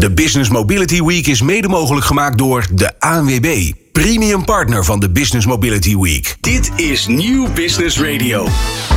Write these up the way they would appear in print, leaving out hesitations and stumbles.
De Business Mobility Week is mede mogelijk gemaakt door de ANWB, premium partner van de Business Mobility Week. Dit is Nieuw Business Radio.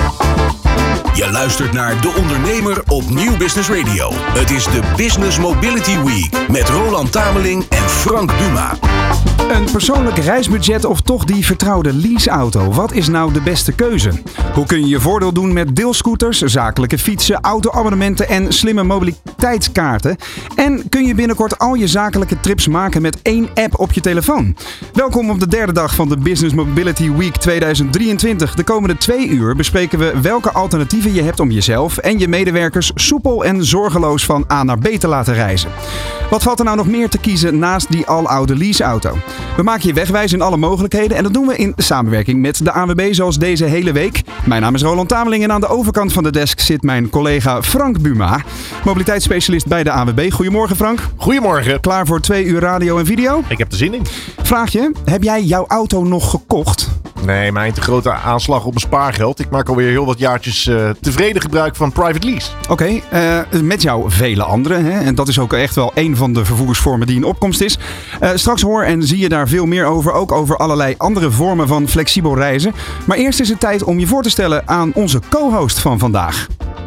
Je luistert naar De Ondernemer op Nieuw Business Radio. Het is de Business Mobility Week met Roland Tameling en Frank Buma. Een persoonlijk reisbudget of toch die vertrouwde leaseauto? Wat is nou de beste keuze? Hoe kun je je voordeel doen met deelscooters, zakelijke fietsen, auto-abonnementen en slimme mobiliteitskaarten? En kun je binnenkort al je zakelijke trips maken met één app op je telefoon? Welkom op de derde dag van de Business Mobility Week 2023. De komende 2 uur bespreken we welke alternatieven je hebt om jezelf en je medewerkers soepel en zorgeloos van A naar B te laten reizen. Wat valt er nou nog meer te kiezen naast die aloude leaseauto? We maken je wegwijs in alle mogelijkheden en dat doen we in samenwerking met de ANWB zoals deze hele week. Mijn naam is Roland Tameling en aan de overkant van de desk zit mijn collega Frank Buma, mobiliteitsspecialist bij de ANWB. Goedemorgen Frank. Goedemorgen. Klaar voor 2 uur radio en video? Ik heb er zin in. Vraagje, heb jij jouw auto nog gekocht? Nee, mijn te grote aanslag op mijn spaargeld. Ik maak alweer heel wat jaartjes tevreden gebruik van private lease. Oké, met jou vele anderen. Hè? En dat is ook echt wel een van de vervoersvormen die in opkomst is. Straks hoor en zie je daar veel meer over. Ook over allerlei andere vormen van flexibel reizen. Maar eerst is het tijd om je voor te stellen aan onze co-host van vandaag.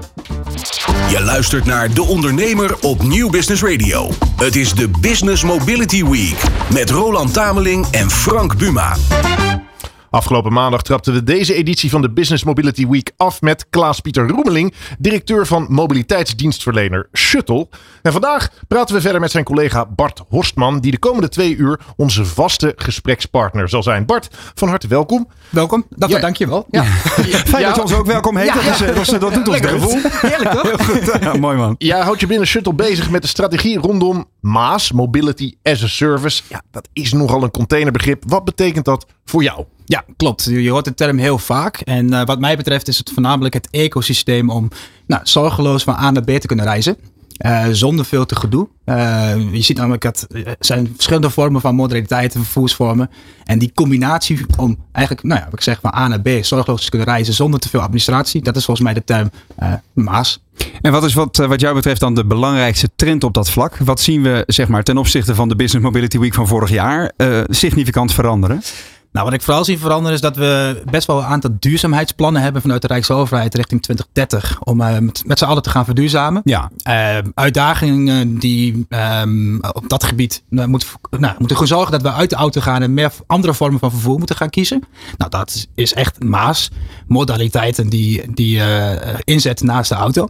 Je luistert naar De Ondernemer op Nieuw Business Radio. Het is de Business Mobility Week met Roland Tameling en Frank Buma. Afgelopen maandag trapten we deze editie van de Business Mobility Week af met Klaas-Pieter Roemeling, directeur van mobiliteitsdienstverlener Shuttle. En vandaag praten we verder met zijn collega Bart Horstman, die de komende 2 uur onze vaste gesprekspartner zal zijn. Bart, van harte welkom. Welkom, dank je wel. Ja. Fijn dat je ons ook welkom heet. Dat doet ons gevoel. Heerlijk toch? Heel goed. Ja, mooi man. Jij houdt je binnen Shuttle bezig met de strategie rondom MaaS, Mobility as a Service. Ja, dat is nogal een containerbegrip. Wat betekent dat voor jou? Ja, klopt. Je hoort de term heel vaak. En wat mij betreft is het voornamelijk het ecosysteem om zorgeloos van A naar B te kunnen reizen. Zonder veel te gedoe. Je ziet namelijk dat er zijn verschillende vormen van modaliteiten, vervoersvormen. En die combinatie om eigenlijk, wat ik zeg, van A naar B zorgeloos te kunnen reizen zonder te veel administratie. Dat is volgens mij de term MaaS. En wat is wat jou betreft dan de belangrijkste trend op dat vlak? Wat zien we zeg maar ten opzichte van de Business Mobility Week van vorig jaar significant veranderen? Nou, wat ik vooral zie veranderen is dat we best wel een aantal duurzaamheidsplannen hebben vanuit de Rijksoverheid richting 2030 om met z'n allen te gaan verduurzamen. Ja. Uitdagingen die op dat gebied moeten gewoon zorgen dat we uit de auto gaan en meer andere vormen van vervoer moeten gaan kiezen. Nou, dat is echt MaaS, modaliteiten die inzet naast de auto.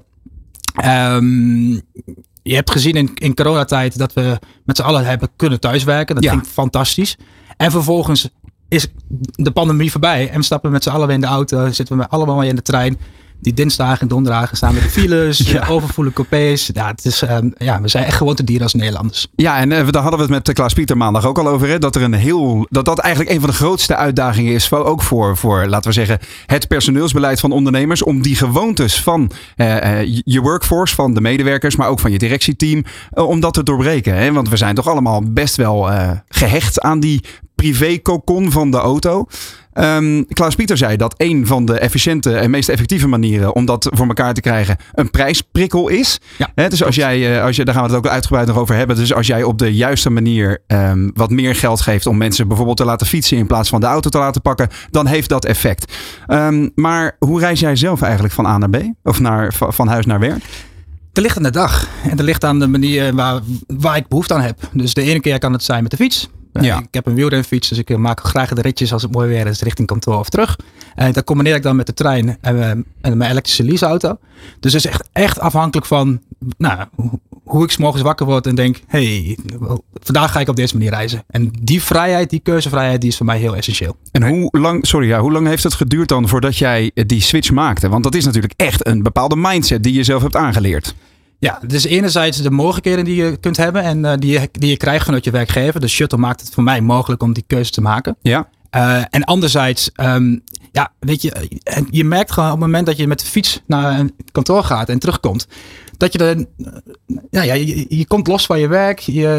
Je hebt gezien in coronatijd dat we met z'n allen hebben kunnen thuiswerken. Dat ging fantastisch. En vervolgens is de pandemie voorbij en we stappen met z'n allen weer in de auto, zitten we allemaal weer in de trein. Die dinsdagen en donderdagen staan met de files, overvolle coupés. Ja, het is, we zijn echt gewoontedieren als Nederlanders. Ja, en daar hadden we het met Klaas-Pieter maandag ook al over. Hè, dat eigenlijk een van de grootste uitdagingen is. Ook voor, laten we zeggen, het personeelsbeleid van ondernemers. Om die gewoontes van je workforce, van de medewerkers, maar ook van je directieteam, om dat te doorbreken. Hè? Want we zijn toch allemaal best wel gehecht aan die privé-cocon van de auto. Klaas-Pieter zei dat een van de efficiënte en meest effectieve manieren om dat voor elkaar te krijgen een prijsprikkel is. Ja, dus als jij, daar gaan we het ook uitgebreid nog over hebben. Dus als jij op de juiste manier wat meer geld geeft om mensen bijvoorbeeld te laten fietsen in plaats van de auto te laten pakken, dan heeft dat effect. Maar hoe reis jij zelf eigenlijk van A naar B? Of van huis naar werk? Het ligt aan de dag. En het ligt aan de manier waar ik behoefte aan heb. Dus de ene keer kan het zijn met de fiets. Ja. Ik heb een wielrenfiets, dus ik maak graag de ritjes als het mooi weer is richting kantoor of terug. En dat combineer ik dan met de trein en mijn elektrische leaseauto. Dus het is echt afhankelijk van hoe ik 's morgens wakker word en denk, hey, vandaag ga ik op deze manier reizen. En die vrijheid, die keuzevrijheid, die is voor mij heel essentieel. En hoe lang heeft het geduurd dan voordat jij die switch maakte? Want dat is natuurlijk echt een bepaalde mindset die je zelf hebt aangeleerd. Ja, dus enerzijds de mogelijkheden die je kunt hebben en die je krijgt vanuit je werkgever. De Shuttle maakt het voor mij mogelijk om die keuze te maken. Ja. En anderzijds, weet je merkt gewoon op het moment dat je met de fiets naar een kantoor gaat en terugkomt, dat je komt los van je werk.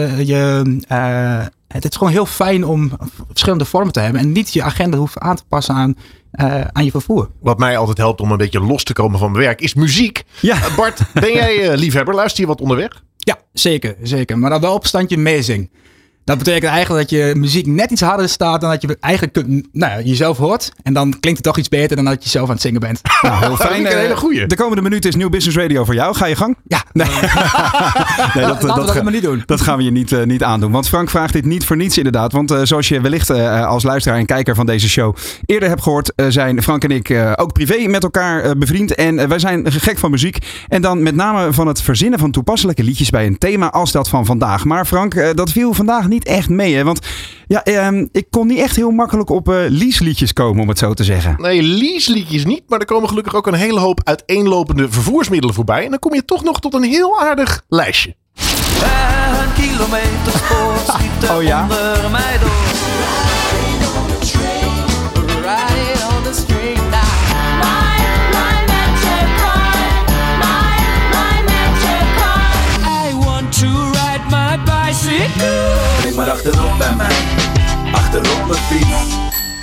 Het is gewoon heel fijn om verschillende vormen te hebben en niet je agenda hoeft aan te passen aan je vervoer. Wat mij altijd helpt om een beetje los te komen van mijn werk is muziek. Ja. Bart, ben jij liefhebber? Luister je wat onderweg? Ja, Zeker. Maar dan wel op standje meezing. Dat betekent eigenlijk dat je muziek net iets harder staat dan dat je eigenlijk jezelf hoort. En dan klinkt het toch iets beter dan dat je zelf aan het zingen bent. Nou, heel fijn. Een hele goeie. De komende minuut is Nieuw Business Radio voor jou. Ga je gang? Ja. Nee. Laten we dat maar niet doen. Dat gaan we je niet aandoen. Want Frank vraagt dit niet voor niets inderdaad. Want zoals je wellicht als luisteraar en kijker van deze show eerder hebt gehoord, zijn Frank en ik ook privé met elkaar bevriend. En wij zijn gek van muziek. En dan met name van het verzinnen van toepasselijke liedjes bij een thema als dat van vandaag. Maar Frank, dat viel vandaag niet echt mee. Hè? Want ik kon niet echt heel makkelijk op leaseliedjes komen, om het zo te zeggen. Nee, leaseliedjes niet. Maar er komen gelukkig ook een hele hoop uiteenlopende vervoersmiddelen voorbij. En dan kom je toch nog tot een heel aardig lijstje. Een kilometer spoor schiet er onder mij door. Riding on the train, riding on the string now. My Metrocard, my Metrocard. I want to ride my bicycle. Kijk maar achterop bij mij, achterop mijn fiets.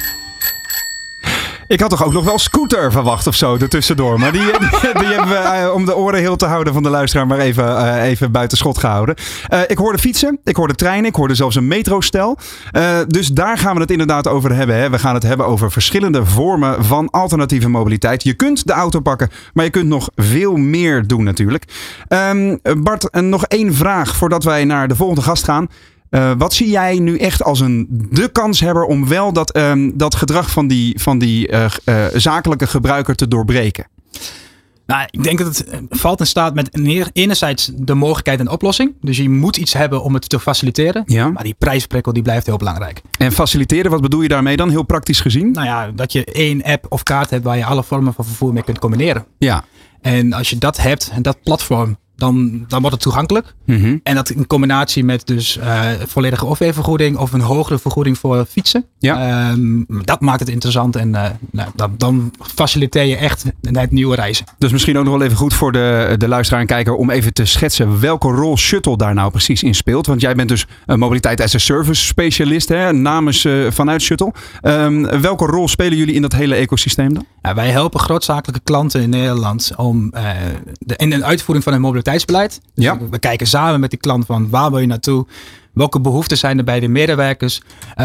Ik had toch ook nog wel Scooter verwacht of zo ertussendoor. Maar die hebben we om de oren heel te houden van de luisteraar maar even buiten schot gehouden. Ik hoorde fietsen, ik hoorde treinen, ik hoorde zelfs een metrostel. Dus daar gaan we het inderdaad over hebben. Hè. We gaan het hebben over verschillende vormen van alternatieve mobiliteit. Je kunt de auto pakken, maar je kunt nog veel meer doen natuurlijk. Bart, nog één vraag voordat wij naar de volgende gast gaan. Wat zie jij nu echt als de kanshebber om wel dat gedrag van die zakelijke gebruiker te doorbreken? Nou, ik denk dat het valt in staat met enerzijds de mogelijkheid en oplossing. Dus je moet iets hebben om het te faciliteren. Ja. Maar die prijsprikkel die blijft heel belangrijk. En faciliteren, wat bedoel je daarmee dan heel praktisch gezien? Nou ja, dat je één app of kaart hebt waar je alle vormen van vervoer mee kunt combineren. Ja. En als je dat hebt en dat platform, dan wordt het toegankelijk. Mm-hmm. En dat in combinatie met dus volledige OV-vergoeding of een hogere vergoeding voor fietsen. Ja. Dat maakt het interessant en dan faciliteer je echt het nieuwe reizen. Dus misschien ook nog wel even goed voor de luisteraar en kijker om even te schetsen welke rol Shuttle daar nou precies in speelt. Want jij bent dus een mobiliteit as a service specialist namens vanuit Shuttle. Welke rol spelen jullie in dat hele ecosysteem dan? Ja, wij helpen grootzakelijke klanten in Nederland om in de uitvoering van hun mobiliteitsbeleid. Dus ja. We kijken samen met die klant van waar wil je naartoe? Welke behoeften zijn er bij de medewerkers?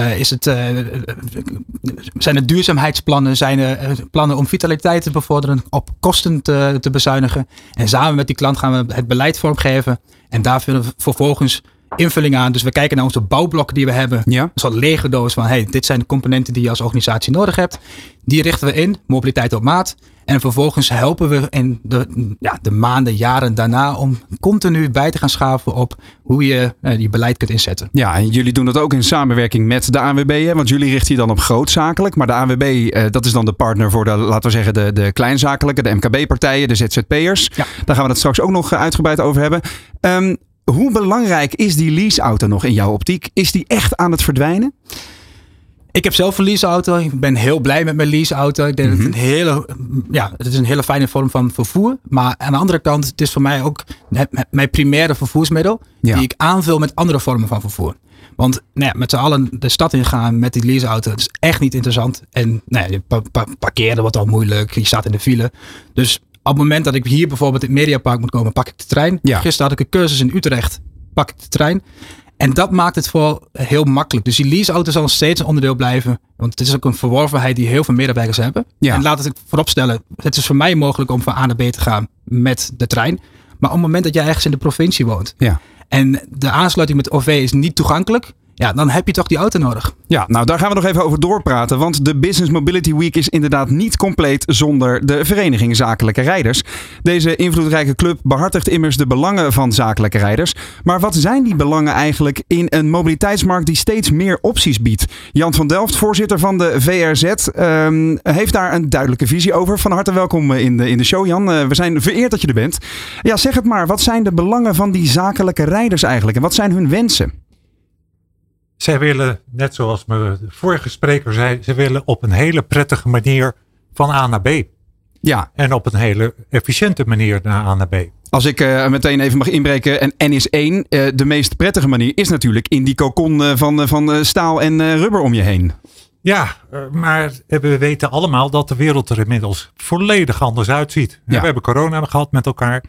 Zijn er duurzaamheidsplannen? Zijn er plannen om vitaliteit te bevorderen? Op kosten te bezuinigen? En samen met die klant gaan we het beleid vormgeven. En daar vinden we vervolgens invulling aan. Dus we kijken naar onze bouwblokken die we hebben. Ja. Een soort lege doos van dit zijn de componenten die je als organisatie nodig hebt. Die richten we in. Mobiliteit op maat. En vervolgens helpen we in de maanden, jaren daarna om continu bij te gaan schaven op hoe je die beleid kunt inzetten. Ja, en jullie doen dat ook in samenwerking met de ANWB. Hè? Want jullie richten je dan op grootzakelijk. Maar de ANWB, dat is dan de partner voor laten we zeggen, de kleinzakelijke, de MKB-partijen, de ZZP'ers. Ja. Daar gaan we het straks ook nog uitgebreid over hebben. Hoe belangrijk is die leaseauto nog in jouw optiek? Is die echt aan het verdwijnen? Ik heb zelf een leaseauto. Ik ben heel blij met mijn leaseauto. Ik denk dat het is een hele fijne vorm van vervoer. Maar aan de andere kant, het is voor mij ook mijn primaire vervoersmiddel. Ja. Die ik aanvul met andere vormen van vervoer. Want met z'n allen de stad ingaan met die leaseauto, dat is echt niet interessant. En parkeren wordt al moeilijk. Je staat in de file. Dus op het moment dat ik hier bijvoorbeeld in het Mediapark moet komen, pak ik de trein. Ja. Gisteren had ik een cursus in Utrecht. Pak ik de trein. En dat maakt het voor heel makkelijk. Dus die leaseauto zal nog steeds een onderdeel blijven. Want het is ook een verworvenheid die heel veel medewerkers hebben. Ja. En laat het vooropstellen. Het is voor mij mogelijk om van A naar B te gaan met de trein. Maar op het moment dat jij ergens in de provincie woont. Ja. En de aansluiting met OV is niet toegankelijk. Ja, dan heb je toch die auto nodig. Ja, nou daar gaan we nog even over doorpraten. Want de Business Mobility Week is inderdaad niet compleet zonder de Vereniging Zakelijke Rijders. Deze invloedrijke club behartigt immers de belangen van zakelijke rijders. Maar wat zijn die belangen eigenlijk in een mobiliteitsmarkt die steeds meer opties biedt? Jan van Delft, voorzitter van de VRZ, heeft daar een duidelijke visie over. Van harte welkom in de show, Jan. We zijn vereerd dat je er bent. Ja, zeg het maar. Wat zijn de belangen van die zakelijke rijders eigenlijk? En wat zijn hun wensen? Zij willen, net zoals mijn vorige spreker zei, ze willen op een hele prettige manier van A naar B. Ja. En op een hele efficiënte manier naar A naar B. Als ik meteen even mag inbreken, en N is 1, de meest prettige manier is natuurlijk in die cocon van staal en rubber om je heen. Ja, maar we weten allemaal dat de wereld er inmiddels volledig anders uitziet. Ja. We hebben corona gehad met elkaar.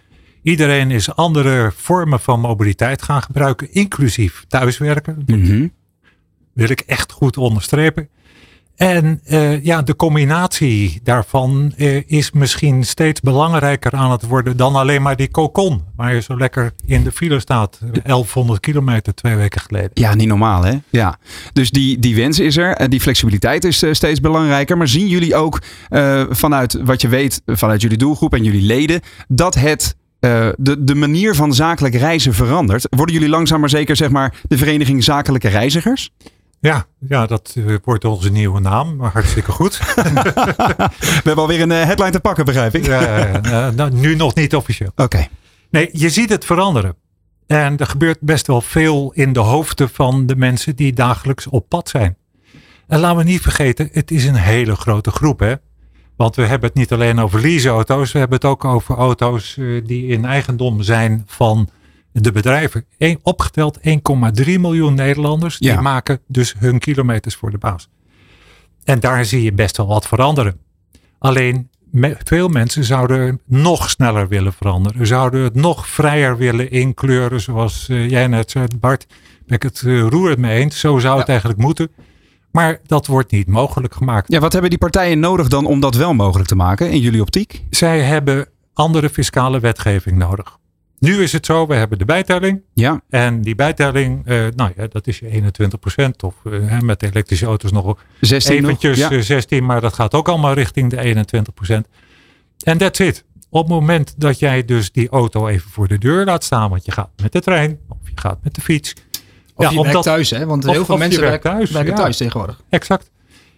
Iedereen is andere vormen van mobiliteit gaan gebruiken, inclusief thuiswerken. Mm-hmm. Wil ik echt goed onderstrepen. En de combinatie daarvan is misschien steeds belangrijker aan het worden dan alleen maar die cocon. Waar je zo lekker in de file staat. 1100 kilometer 2 weken geleden. Ja, niet normaal hè? Ja. Dus die wens is er. Die flexibiliteit is steeds belangrijker. Maar zien jullie ook vanuit wat je weet, vanuit jullie doelgroep en jullie leden, dat het de manier van zakelijk reizen verandert? Worden jullie langzaam maar zeker zeg maar de vereniging Zakelijke Reizigers? Ja, dat wordt onze nieuwe naam. Maar hartstikke goed. We hebben alweer een headline te pakken, begrijp ik. Nou, nu nog niet officieel. Oké. Nee, je ziet het veranderen. En er gebeurt best wel veel in de hoofden van de mensen die dagelijks op pad zijn. En laten we niet vergeten, het is een hele grote groep. Hè? Want we hebben het niet alleen over leaseauto's. We hebben het ook over auto's die in eigendom zijn van de bedrijven. Opgeteld 1,3 miljoen Nederlanders. Die maken dus hun kilometers voor de baas. En daar zie je best wel wat veranderen. Alleen veel mensen zouden nog sneller willen veranderen. Zouden het nog vrijer willen inkleuren. Zoals jij net zei, Bart. Ben ik het roerend mee eens. Zo zou het eigenlijk moeten. Maar dat wordt niet mogelijk gemaakt. Ja, wat hebben die partijen nodig dan om dat wel mogelijk te maken in jullie optiek? Zij hebben andere fiscale wetgeving nodig. Nu is het zo, we hebben de bijtelling. Ja. En die bijtelling, dat is je 21%. Of met de elektrische auto's nog 16 eventjes nog, 16. Maar dat gaat ook allemaal richting de 21%. En that's it. Op het moment dat jij dus die auto even voor de deur laat staan. Want je gaat met de trein of je gaat met de fiets. Of je werkt thuis, hè? Want heel veel mensen werken thuis tegenwoordig. Exact.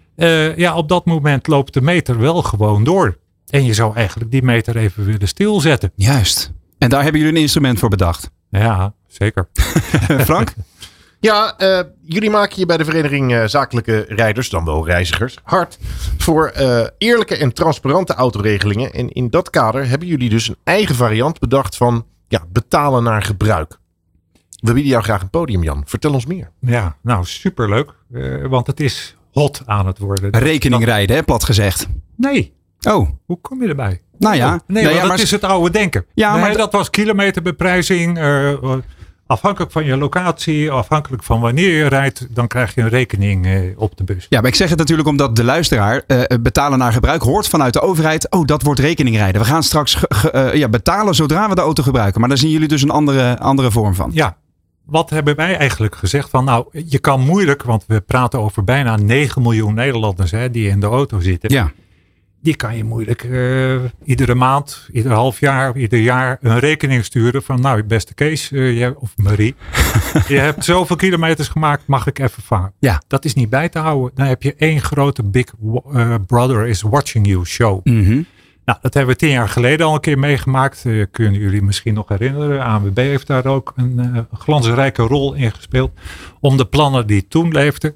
Op dat moment loopt de meter wel gewoon door. En je zou eigenlijk die meter even willen stilzetten. Juist. En daar hebben jullie een instrument voor bedacht. Ja, zeker. Frank? Ja, jullie maken je bij de Vereniging Zakelijke Rijders, dan wel reizigers, hard voor eerlijke en transparante autoregelingen. En in dat kader hebben jullie dus een eigen variant bedacht van betalen naar gebruik. We bieden jou graag een podium, Jan. Vertel ons meer. Ja, nou superleuk. Want het is hot aan het worden. Rekening rijden, hè, plat gezegd. Nee. Oh. Hoe kom je erbij? Nou ja. Dat is het oude denken. Ja, maar dat was kilometerbeprijzing. Afhankelijk van je locatie, afhankelijk van wanneer je rijdt, dan krijg je een rekening op de bus. Ja, maar ik zeg het natuurlijk omdat de luisteraar betalen naar gebruik hoort vanuit de overheid. Oh, dat wordt rekening rijden. We gaan straks betalen zodra we de auto gebruiken. Maar daar zien jullie dus een andere vorm van. Ja. Wat hebben wij eigenlijk gezegd? Je kan moeilijk, want we praten over bijna 9 miljoen Nederlanders die in de auto zitten. Ja. Die kan je moeilijk iedere maand, ieder half jaar, ieder jaar een rekening sturen van beste Kees of Marie. Je hebt zoveel kilometers gemaakt, mag ik even vangen? Ja. Dat is niet bij te houden. Dan heb je één grote Big Brother is watching you show. Mm-hmm. Nou, dat hebben we 10 jaar geleden al een keer meegemaakt. Kunnen jullie misschien nog herinneren. ANWB heeft daar ook een glansrijke rol in gespeeld. Om de plannen die toen leefden,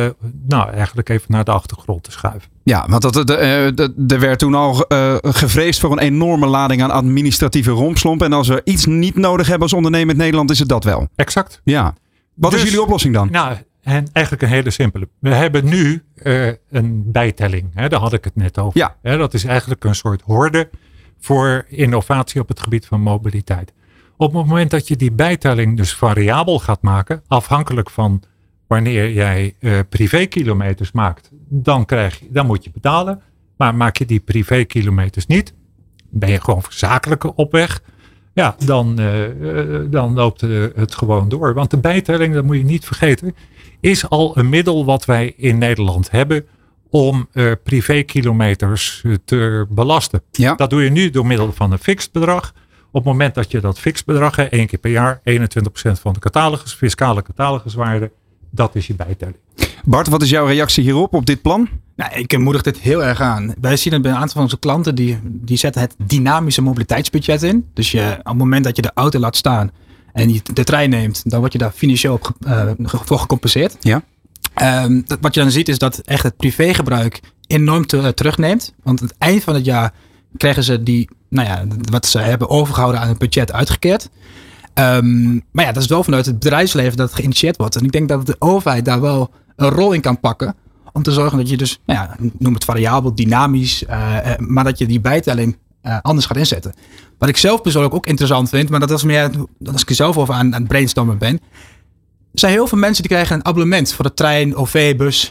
eigenlijk even naar de achtergrond te schuiven. Ja, want er werd toen al gevreesd voor een enorme lading aan administratieve rompslomp. En als we iets niet nodig hebben als ondernemer in Nederland, is het dat wel. Exact. Ja. Wat is jullie oplossing dan? Nou, en eigenlijk een hele simpele. We hebben nu een bijtelling. Hè, daar had ik het net over. Ja. Dat is eigenlijk een soort horde voor innovatie op het gebied van mobiliteit. Op het moment dat je die bijtelling dus variabel gaat maken, afhankelijk van wanneer jij privékilometers maakt, dan moet je betalen. Maar maak je die privékilometers niet, ben je gewoon zakelijke op weg. Ja, dan loopt het gewoon door. Want de bijtelling, dat moet je niet vergeten, is al een middel wat wij in Nederland hebben om privékilometers te belasten. Ja. Dat doe je nu door middel van een fixed bedrag. Op het moment dat je dat fixed bedrag, 1 keer per jaar, 21% van de fiscale cataloguswaarde, dat is je bijtelling. Bart, wat is jouw reactie hierop, op dit plan? Nou, ik moedig dit heel erg aan. Wij zien het bij een aantal van onze klanten, die zetten het dynamische mobiliteitsbudget in. Dus op het moment dat je de auto laat staan en je de trein neemt, dan word je daar financieel voor gecompenseerd. Ja. Wat je dan ziet is dat echt het privégebruik enorm terugneemt. Want aan het eind van het jaar krijgen ze wat ze hebben overgehouden aan het budget uitgekeerd. Maar dat is wel vanuit het bedrijfsleven dat het geïnitieerd wordt. En ik denk dat de overheid daar wel een rol in kan pakken. Om te zorgen dat je dus, noem het variabel, dynamisch. Maar dat je die bijtelling anders gaat inzetten. Wat ik zelf persoonlijk ook interessant vind, maar dat is meer als ik er zelf over aan het brainstormen ben. Er zijn heel veel mensen die krijgen een abonnement voor de trein, OV-bus.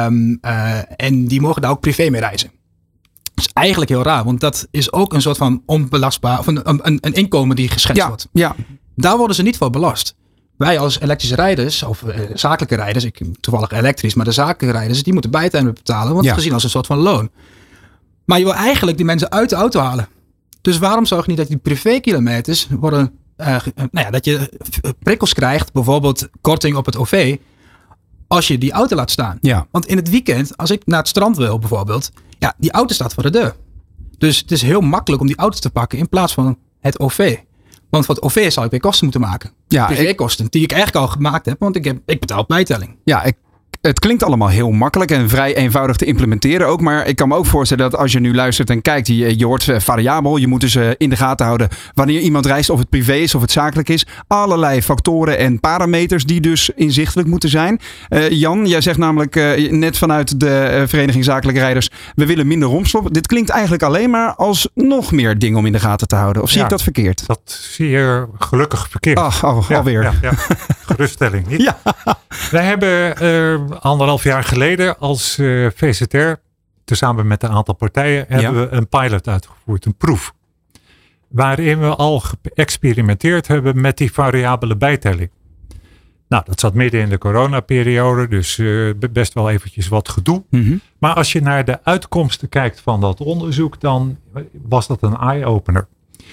En die mogen daar ook privé mee reizen. Dat is eigenlijk heel raar, want dat is ook een soort van onbelastbaar, of een inkomen die geschetst wordt. Ja. Daar worden ze niet voor belast. Wij als elektrische rijders, of zakelijke rijders, ik toevallig elektrisch, maar de zakelijke rijders, die moeten bijtelling betalen, want het is gezien als een soort van loon. Maar je wil eigenlijk die mensen uit de auto halen. Dus waarom zorg je niet dat die privékilometers worden, dat je prikkels krijgt, bijvoorbeeld korting op het OV, als je die auto laat staan. Ja. Want in het weekend, als ik naar het strand wil bijvoorbeeld, die auto staat voor de deur. Dus het is heel makkelijk om die auto te pakken in plaats van het OV. Want voor het OV zou ik weer kosten moeten maken. Ja, privékosten die ik eigenlijk al gemaakt heb, want ik betaal bijtelling. Ja, het klinkt allemaal heel makkelijk en vrij eenvoudig te implementeren ook. Maar ik kan me ook voorstellen dat als je nu luistert en kijkt, je hoort variabel. Je moet dus in de gaten houden wanneer iemand reist, of het privé is of het zakelijk is. Allerlei factoren en parameters die dus inzichtelijk moeten zijn. Jan, jij zegt namelijk net vanuit de Vereniging Zakelijke Rijders, we willen minder rompslomp. Dit klinkt eigenlijk alleen maar als nog meer dingen om in de gaten te houden. Of zie ik dat verkeerd? Dat zie je gelukkig verkeerd. Alweer. Ja. Geruststelling niet. Ja. Wij hebben 1,5 jaar geleden als VZR, tezamen met een aantal partijen, hebben we een pilot uitgevoerd, een proef. Waarin we al geëxperimenteerd hebben met die variabele bijtelling. Nou, dat zat midden in de coronaperiode, dus best wel eventjes wat gedoe. Mm-hmm. Maar als je naar de uitkomsten kijkt van dat onderzoek, dan was dat een eye-opener.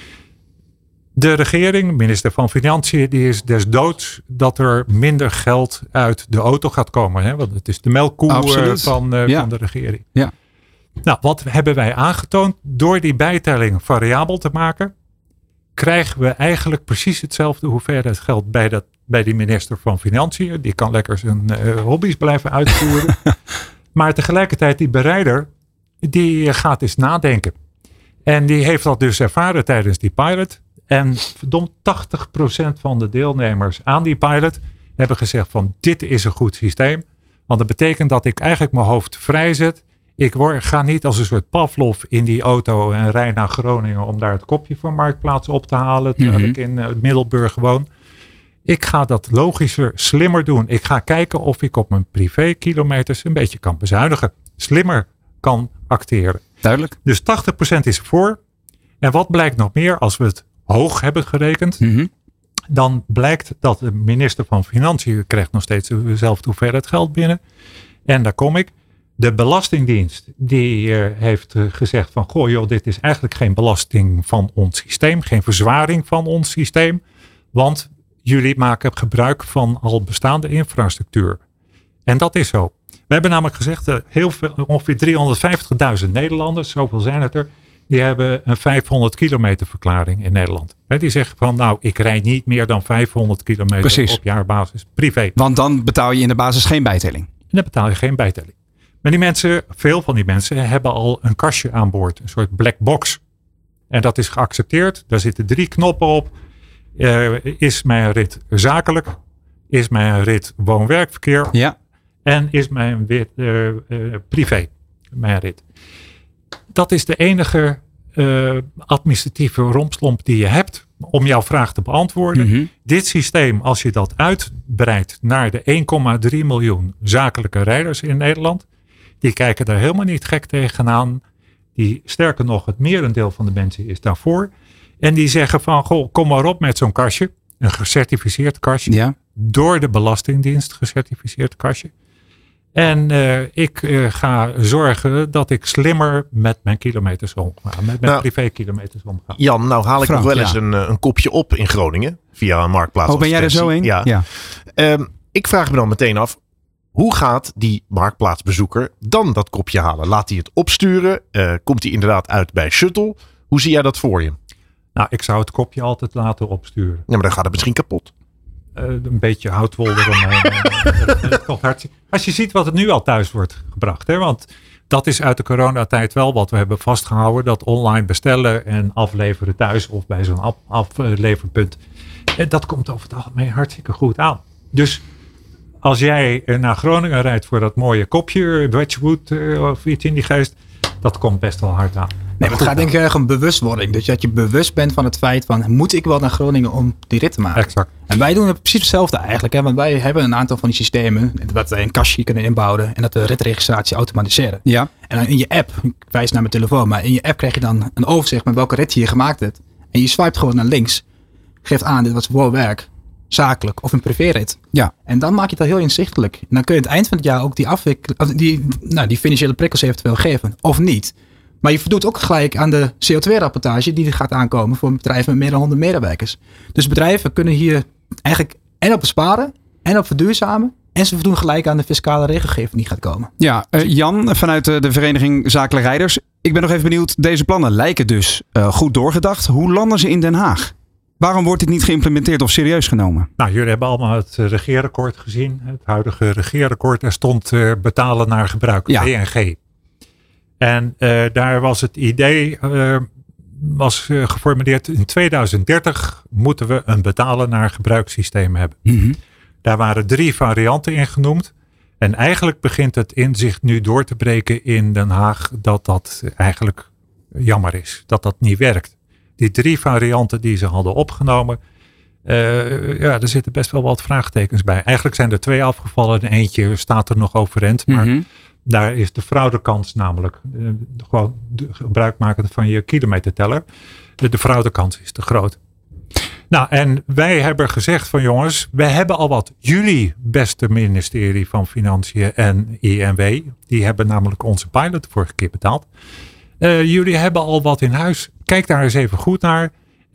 De regering, minister van Financiën, die is des doods dat er minder geld uit de auto gaat komen. Hè? Want het is de melkkoe van de regering. Ja. Nou, wat hebben wij aangetoond? Door die bijtelling variabel te maken, krijgen we eigenlijk precies hetzelfde hoeveelheid geld bij die minister van Financiën. Die kan lekker zijn hobby's blijven uitvoeren. Maar tegelijkertijd die bereider, die gaat eens nadenken. En die heeft dat dus ervaren tijdens die pilot. En verdomd 80% van de deelnemers aan die pilot hebben gezegd van dit is een goed systeem. Want dat betekent dat ik eigenlijk mijn hoofd vrij zet. Ik ga niet als een soort Pavlov in die auto en rij naar Groningen om daar het kopje van Marktplaats op te halen. Terwijl ik in Middelburg woon. Ik ga dat logischer, slimmer doen. Ik ga kijken of ik op mijn privékilometers een beetje kan bezuinigen. Slimmer kan acteren. Duidelijk. Dus 80% is ervoor. En wat blijkt nog meer als we het hoog hebben gerekend? Mm-hmm. Dan blijkt dat de minister van Financiën krijgt nog steeds dezelfde hoeveelheid geld binnen. En daar kom ik. De Belastingdienst die heeft gezegd van goh joh, dit is eigenlijk geen belasting van ons systeem. Geen verzwaring van ons systeem. Want jullie maken gebruik van al bestaande infrastructuur. En dat is zo. We hebben namelijk gezegd ongeveer 350.000 Nederlanders, zoveel zijn het er. Die hebben een 500 kilometer verklaring in Nederland. Die zeggen van nou, ik rijd niet meer dan 500 kilometer op jaarbasis privé. Want dan betaal je in de basis geen bijtelling. En dan betaal je geen bijtelling. Maar die mensen, veel van die mensen hebben al een kastje aan boord. Een soort black box. En dat is geaccepteerd. Daar zitten 3 knoppen op. Is mijn rit zakelijk? Is mijn rit woon-werkverkeer? Ja. En is mijn rit privé? Mijn rit. Dat is de enige administratieve rompslomp die je hebt om jouw vraag te beantwoorden. Mm-hmm. Dit systeem, als je dat uitbreidt naar de 1,3 miljoen zakelijke rijders in Nederland, die kijken daar helemaal niet gek tegenaan. Sterker nog, het merendeel van de mensen is daarvoor. En die zeggen van, goh, kom maar op met zo'n kastje. Een gecertificeerd kastje. Ja. Door de Belastingdienst gecertificeerd kastje. En ik ga zorgen dat ik slimmer met mijn kilometers omga. Met mijn privékilometers omga. Jan, nou haal ik nog wel eens een kopje op in Groningen. Via een marktplaats. Oh, ben jij er zo in? Ja. Ik vraag me dan meteen af. Hoe gaat die marktplaatsbezoeker dan dat kopje halen? Laat hij het opsturen? Komt hij inderdaad uit bij Shuttle? Hoe zie jij dat voor je? Nou, ik zou het kopje altijd laten opsturen. Ja, maar dan gaat het misschien kapot. Een beetje houtwol eromheen. Het komt hartstikke. Als je ziet wat het nu al thuis wordt gebracht. Hè? Want dat is uit de coronatijd wel wat we hebben vastgehouden. Dat online bestellen en afleveren thuis of bij zo'n afleverpunt. Dat komt over het algemeen hartstikke goed aan. Dus als jij naar Groningen rijdt voor dat mooie kopje, Wedgwood of iets in die geest. Dat komt best wel hard aan. Nee, maar het gaat denk ik erg om bewustwording. Dus dat je bewust bent van het feit van, moet ik wel naar Groningen om die rit te maken? Exact. En wij doen het precies hetzelfde eigenlijk. Hè? Want wij hebben een aantal van die systemen dat we een kastje kunnen inbouwen en dat de ritregistratie automatiseren. Ja. En dan in je app, ik wijs naar mijn telefoon, maar in je app krijg je dan een overzicht met welke rit je gemaakt hebt. En je swipet gewoon naar links. Geeft aan, dit was voor werk, zakelijk of een privérit. Ja. En dan maak je het al heel inzichtelijk. En dan kun je aan het eind van het jaar ook die financiële prikkels eventueel geven. Of niet. Maar je voldoet ook gelijk aan de CO2-rapportage die er gaat aankomen voor bedrijven met meer dan 100 medewerkers. Dus bedrijven kunnen hier eigenlijk en op besparen en op verduurzamen. En ze voldoen gelijk aan de fiscale regelgeving die gaat komen. Ja, Jan vanuit de Vereniging Zakelijke Rijders. Ik ben nog even benieuwd. Deze plannen lijken dus goed doorgedacht. Hoe landen ze in Den Haag? Waarom wordt dit niet geïmplementeerd of serieus genomen? Nou, jullie hebben allemaal het regeerakkoord gezien. Het huidige regeerakkoord. Er stond betalen naar gebruik, BNG. En daar was het idee, geformuleerd in 2030 moeten we een betalen naar gebruikssysteem hebben. Mm-hmm. Daar waren 3 varianten in genoemd. En eigenlijk begint het inzicht nu door te breken in Den Haag dat eigenlijk jammer is. Dat dat niet werkt. Die 3 varianten die ze hadden opgenomen, er zitten best wel wat vraagtekens bij. Eigenlijk zijn er 2 afgevallen. De eentje staat er nog overeind. Maar daar is de fraudekans namelijk. Gewoon gebruik maken van je kilometerteller. De fraudekans is te groot. Nou, en wij hebben gezegd van jongens, wij hebben al wat. Jullie beste ministerie van Financiën en INW, die hebben namelijk onze pilot vorige keer betaald. Jullie hebben al wat in huis. Kijk daar eens even goed naar.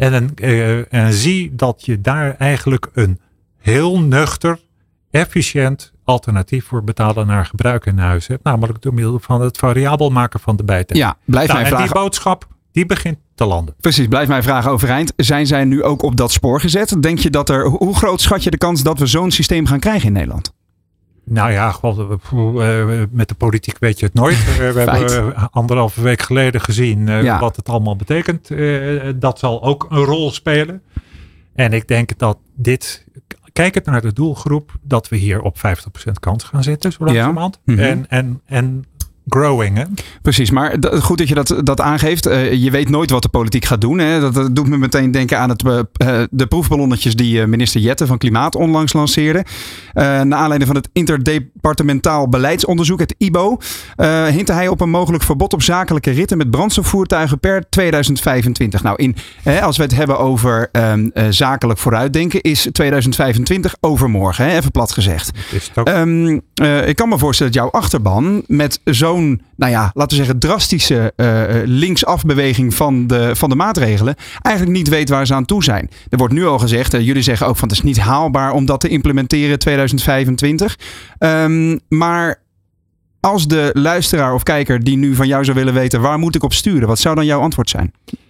En zie dat je daar eigenlijk een heel nuchter, efficiënt alternatief voor betalen naar gebruik in huis hebt. Namelijk door middel van het variabel maken van de bijtelling. Ja, blijf mij vragen. En die boodschap, die begint te landen. Precies, blijf mij vragen overeind. Zijn zij nu ook op dat spoor gezet? Denk je dat hoe groot schat je de kans dat we zo'n systeem gaan krijgen in Nederland? Nou ja, met de politiek weet je het nooit. We hebben 1,5 week geleden gezien wat het allemaal betekent. Dat zal ook een rol spelen. En ik denk dat kijkend naar de doelgroep, dat we hier op 50% kans gaan zitten, zo langzamerhand. Mm-hmm. En growing, hè? Precies, maar goed dat je dat aangeeft. Je weet nooit wat de politiek gaat doen. Hè? Dat doet me meteen denken aan de proefballonnetjes die minister Jette van Klimaat onlangs lanceerde. Naar aanleiding van het interdepartementaal beleidsonderzoek, het IBO, hintte hij op een mogelijk verbod op zakelijke ritten met brandstofvoertuigen per 2025. Nou, als we het hebben over zakelijk vooruitdenken, is 2025 overmorgen, hè? Even plat gezegd. Ik kan me voorstellen dat jouw achterban met zo'n, laten we zeggen, drastische linksafbeweging van de maatregelen eigenlijk niet weet waar ze aan toe zijn. Er wordt nu al gezegd, jullie zeggen ook van het is niet haalbaar om dat te implementeren 2025. Maar als de luisteraar of kijker die nu van jou zou willen weten, waar moet ik op sturen? Wat zou dan jouw antwoord zijn?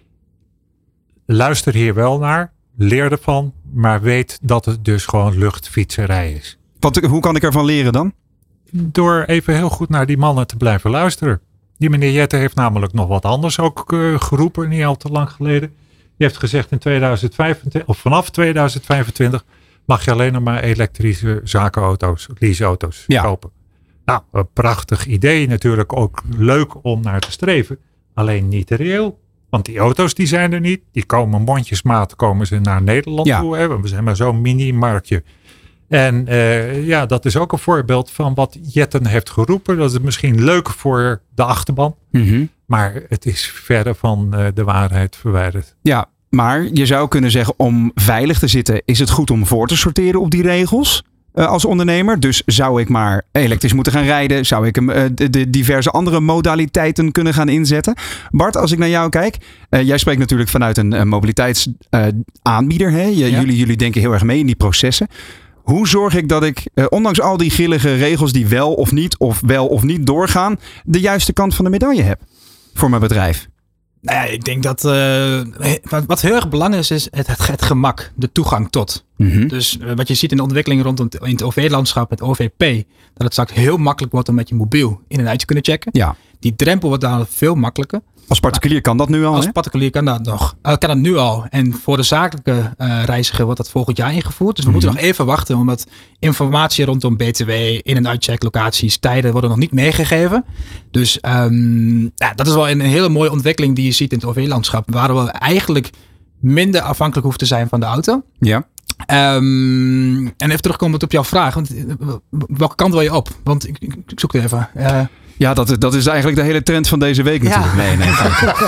Luister hier wel naar, leer ervan, maar weet dat het dus gewoon luchtfietserij is. Hoe kan ik ervan leren dan? Door even heel goed naar die mannen te blijven luisteren. Die meneer Jette heeft namelijk nog wat anders ook geroepen, niet al te lang geleden. Die heeft gezegd in 2025, of vanaf 2025 mag je alleen nog maar elektrische zakenauto's, leaseauto's kopen. Nou, een prachtig idee, natuurlijk ook leuk om naar te streven. Alleen niet reëel. Want die auto's die zijn er niet. Die komen mondjesmaat naar Nederland toe. Hè? We zijn maar zo'n mini-marktje. En dat is ook een voorbeeld van wat Jetten heeft geroepen. Dat is misschien leuk voor de achterban. Mm-hmm. Maar het is verder van de waarheid verwijderd. Ja, maar je zou kunnen zeggen, om veilig te zitten, is het goed om voor te sorteren op die regels als ondernemer. Dus zou ik maar elektrisch moeten gaan rijden? Zou ik de diverse andere modaliteiten kunnen gaan inzetten? Bart, als ik naar jou kijk. Jij spreekt natuurlijk vanuit een mobiliteitsaanbieder. Hè? Jullie denken heel erg mee in die processen. Hoe zorg ik dat ik, ondanks al die grillige regels die wel of niet doorgaan, de juiste kant van de medaille heb voor mijn bedrijf? Nou ja, ik denk dat wat heel erg belangrijk is het gemak, de toegang tot. Mm-hmm. Dus wat je ziet in de ontwikkeling rondom in het OV-landschap, het OVP, dat het straks heel makkelijk wordt om met je mobiel in en uit te kunnen checken. Ja. Die drempel wordt daar veel makkelijker. Als particulier kan dat nu al? Als particulier kan dat nog. Kan dat nu al. En voor de zakelijke reiziger wordt dat volgend jaar ingevoerd. Dus we moeten nog even wachten, omdat informatie rondom BTW, in- en uitchecklocaties, tijden worden nog niet meegegeven. Dus dat is wel een hele mooie ontwikkeling die je ziet in het OV-landschap. Waar we eigenlijk minder afhankelijk hoeven te zijn van de auto. Ja. En even terugkomend op jouw vraag. Want, welke kant wil je op? Want ik zoek het even. Ja, dat is eigenlijk de hele trend van deze week natuurlijk. Ja. Nee.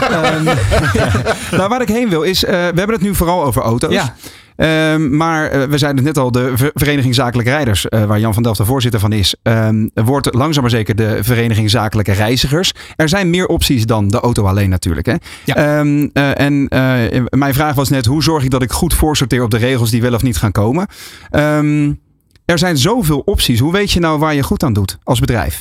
Nou, waar ik heen wil is, we hebben het nu vooral over auto's. Ja. Maar we zeiden het net al, de Vereniging Zakelijke Rijders, waar Jan van Delft de voorzitter van is, wordt langzaam maar zeker de Vereniging Zakelijke Reizigers. Er zijn meer opties dan de auto alleen natuurlijk. Hè? Ja. Mijn vraag was net, hoe zorg ik dat ik goed voorsorteer op de regels die wel of niet gaan komen? Er zijn zoveel opties. Hoe weet je nou waar je goed aan doet als bedrijf?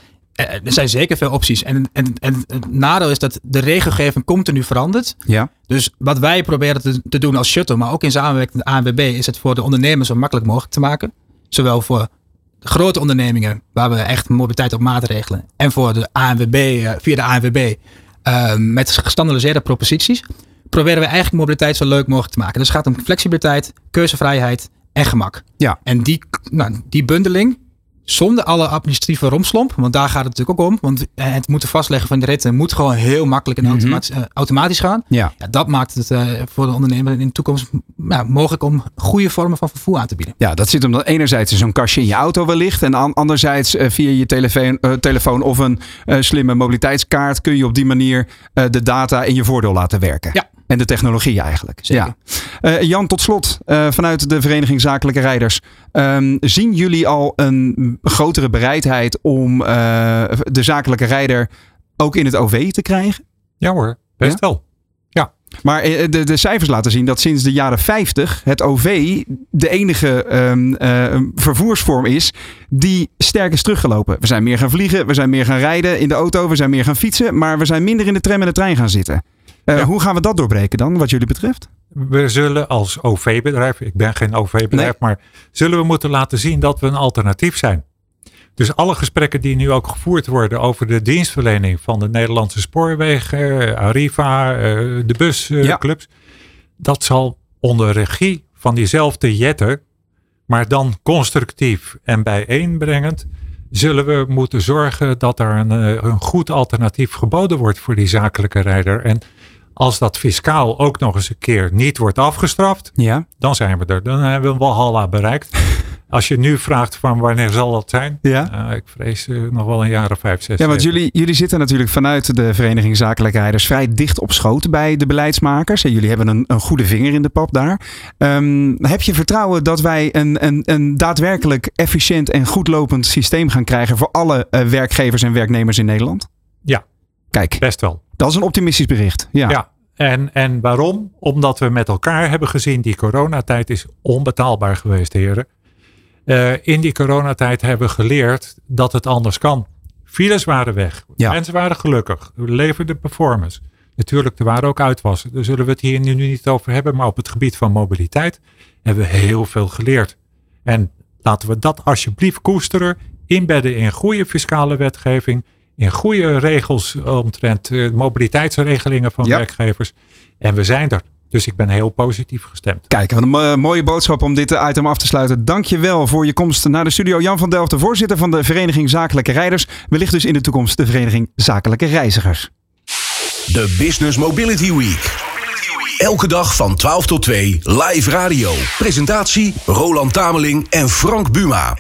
Er zijn zeker veel opties. En het nadeel is dat de regelgeving continu verandert. Ja. Dus wat wij proberen te doen als Shuttle, maar ook in samenwerking met de ANWB, is het voor de ondernemers zo makkelijk mogelijk te maken. Zowel voor grote ondernemingen, waar we echt mobiliteit op maat regelen. En voor de ANWB, via de ANWB, met gestandaardiseerde proposities, proberen we eigenlijk mobiliteit zo leuk mogelijk te maken. Dus het gaat om flexibiliteit, keuzevrijheid en gemak. Ja. En die bundeling, zonder alle administratieve romslomp, want daar gaat het natuurlijk ook om. Want het moeten vastleggen van de ritten moet gewoon heel makkelijk en automatisch gaan. Ja. Ja, dat maakt het voor de ondernemer in de toekomst mogelijk om goede vormen van vervoer aan te bieden. Ja, dat zit omdat enerzijds zo'n kastje in je auto wellicht. En anderzijds via je telefoon of een slimme mobiliteitskaart kun je op die manier de data in je voordeel laten werken. Ja. En de technologie eigenlijk. Zeker. Ja. Jan, tot slot, vanuit de Vereniging Zakelijke Rijders. Zien jullie al een grotere bereidheid om de zakelijke rijder ook in het OV te krijgen? Ja hoor, best wel. Ja. Maar de cijfers laten zien dat sinds de jaren 50 het OV de enige vervoersvorm is die sterk is teruggelopen. We zijn meer gaan vliegen, we zijn meer gaan rijden in de auto, we zijn meer gaan fietsen, maar we zijn minder in de tram en de trein gaan zitten. Hoe gaan we dat doorbreken dan, wat jullie betreft? We zullen als OV-bedrijf, ik ben geen OV-bedrijf, maar zullen we moeten laten zien dat we een alternatief zijn. Dus alle gesprekken die nu ook gevoerd worden over de dienstverlening van de Nederlandse spoorwegen, Arriva, de busclubs, dat zal onder regie van diezelfde jetter, maar dan constructief en bijeenbrengend, zullen we moeten zorgen dat er een goed alternatief geboden wordt voor die zakelijke rijder. En als dat fiscaal ook nog eens een keer niet wordt afgestraft, dan zijn we er. Dan hebben we Walhalla bereikt. Als je nu vraagt van wanneer zal dat zijn? Ja. Ik vrees nog wel een jaar of 5, 6. Ja, want jullie zitten natuurlijk vanuit de Vereniging Zakelijke Rijders vrij dicht op schoot bij de beleidsmakers. En jullie hebben een goede vinger in de pap daar. Heb je vertrouwen dat wij een daadwerkelijk efficiënt en goed lopend systeem gaan krijgen voor alle werkgevers en werknemers in Nederland? Ja, kijk, best wel. Dat is een optimistisch bericht. Ja. En waarom? Omdat we met elkaar hebben gezien, die coronatijd is onbetaalbaar geweest, heren. In die coronatijd hebben we geleerd dat het anders kan. Files waren weg. Mensen waren gelukkig. We leverden performance. Natuurlijk, er waren ook uitwassen. Daar zullen we het hier nu niet over hebben. Maar op het gebied van mobiliteit hebben we heel veel geleerd. En laten we dat alsjeblieft koesteren. Inbedden in goede fiscale wetgeving. In goede regels omtrent mobiliteitsregelingen van werkgevers. En we zijn er. Dus ik ben heel positief gestemd. Kijk, wat een mooie boodschap om dit item af te sluiten. Dank je wel voor je komst naar de studio. Jan van Delft, de voorzitter van de Vereniging Zakelijke Rijders. Wellicht dus in de toekomst de Vereniging Zakelijke Reizigers. De Business Mobility Week. Elke dag van 12 tot 2 live radio. Presentatie Roland Tameling en Frank Buma.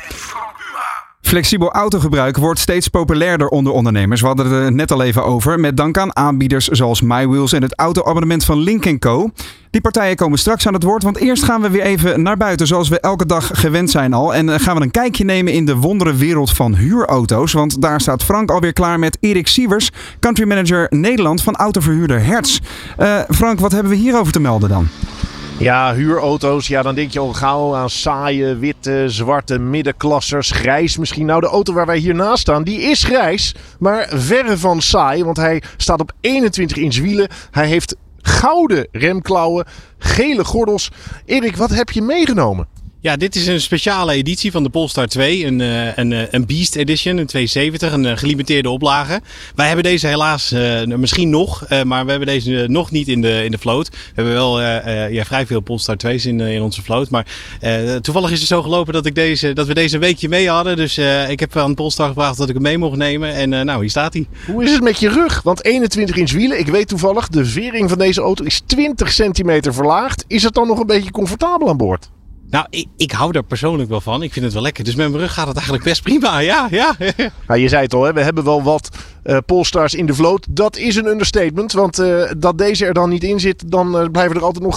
Flexibel autogebruik wordt steeds populairder onder ondernemers. We hadden het er net al even over. Met dank aan aanbieders zoals MyWheels en het autoabonnement van Link & Co. Die partijen komen straks aan het woord. Want eerst gaan we weer even naar buiten zoals we elke dag gewend zijn al. En gaan we een kijkje nemen in de wonderenwereld van huurauto's. Want daar staat Frank alweer klaar met Erik Sievers, country manager Nederland van autoverhuurder Hertz. Frank, wat hebben we hierover te melden dan? Ja, huurauto's. Ja, dan denk je al gauw aan saaie, witte, zwarte middenklassers. Grijs misschien. Nou, de auto waar wij hiernaast staan, die is grijs. Maar verre van saai, want hij staat op 21 inch wielen. Hij heeft gouden remklauwen, gele gordels. Erik, wat heb je meegenomen? Ja, dit is een speciale editie van de Polestar 2. Een Beast Edition, een 270, een gelimiteerde oplage. Wij hebben deze helaas misschien nog, maar we hebben deze nog niet in de vloot. We hebben wel vrij veel Polestar 2's in onze vloot. Maar toevallig is het zo gelopen dat we deze een weekje mee hadden. Dus ik heb aan Polestar gevraagd dat ik hem mee mocht nemen. En hier staat hij. Hoe is het met je rug? Want 21 inch wielen, ik weet toevallig, de vering van deze auto is 20 centimeter verlaagd. Is het dan nog een beetje comfortabel aan boord? Nou, ik hou daar persoonlijk wel van. Ik vind het wel lekker. Dus met mijn rug gaat het eigenlijk best prima. Ja. Nou, je zei het al, hè? We hebben wel wat Polestars in de vloot. Dat is een understatement. Want dat deze er dan niet in zit, dan blijven er altijd nog,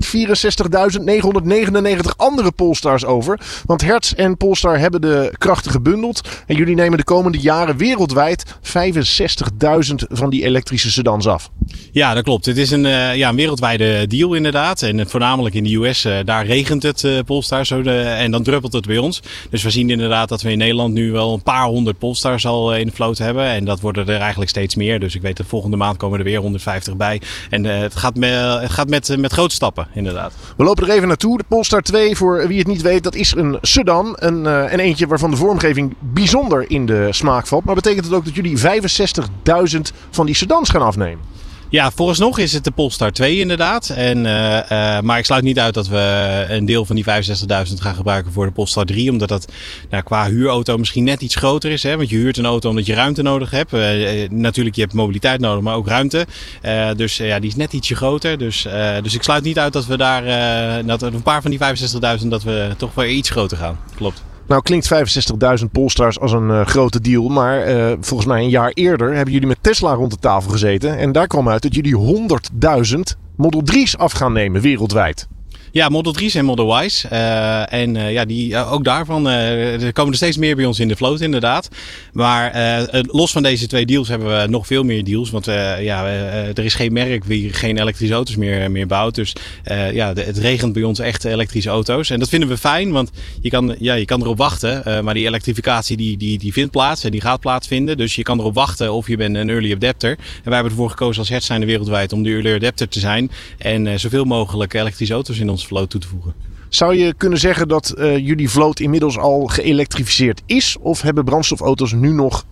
64.999 andere Polestars over. Want Hertz en Polestar hebben de krachten gebundeld. En jullie nemen de komende jaren wereldwijd 65.000 van die elektrische sedans af. Ja, dat klopt. Het is een wereldwijde deal inderdaad. En voornamelijk in de US, daar regent het Polestar en dan druppelt het bij ons. Dus we zien inderdaad dat we in Nederland nu wel een paar honderd Polestars al in de vloot hebben. En dat worden er eigenlijk steeds meer. Dus ik weet de volgende maand komen er weer 150 bij. En het gaat met grote stappen inderdaad. We lopen er even naartoe. De Polestar 2, voor wie het niet weet, dat is een sedan. En eentje waarvan de vormgeving bijzonder in de smaak valt. Maar betekent het ook dat jullie 65.000 van die sedans gaan afnemen? Ja, vooralsnog is het de Polestar 2 inderdaad. Maar ik sluit niet uit dat we een deel van die 65.000 gaan gebruiken voor de Polestar 3. Omdat dat qua huurauto misschien net iets groter is. Hè? Want je huurt een auto omdat je ruimte nodig hebt. Natuurlijk, je hebt mobiliteit nodig, maar ook ruimte. Dus die is net ietsje groter. Dus ik sluit niet uit dat we daar dat een paar van die 65.000 dat we toch weer iets groter gaan. Klopt. Nou klinkt 65.000 Polestars als een grote deal. Maar volgens mij een jaar eerder hebben jullie met Tesla rond de tafel gezeten. En daar kwam uit dat jullie 100.000 Model 3's af gaan nemen wereldwijd. Ja, Model 3's en Model Y's. Ook daarvan er komen er steeds meer bij ons in de vloot inderdaad. Maar los van deze twee deals hebben we nog veel meer deals. Want er is geen merk die geen elektrische auto's meer bouwt. Dus het regent bij ons echt elektrische auto's. En dat vinden we fijn, want je kan erop wachten. Maar die elektrificatie die vindt plaats en die gaat plaatsvinden. Dus je kan erop wachten of je bent een early adapter. En wij hebben ervoor gekozen als Hertz zijnde wereldwijd om de early adapter te zijn. En zoveel mogelijk elektrische auto's in onze vloot toe te voegen. Zou je kunnen zeggen dat jullie vloot inmiddels al geëlektrificeerd is? Of hebben brandstofauto's nu nog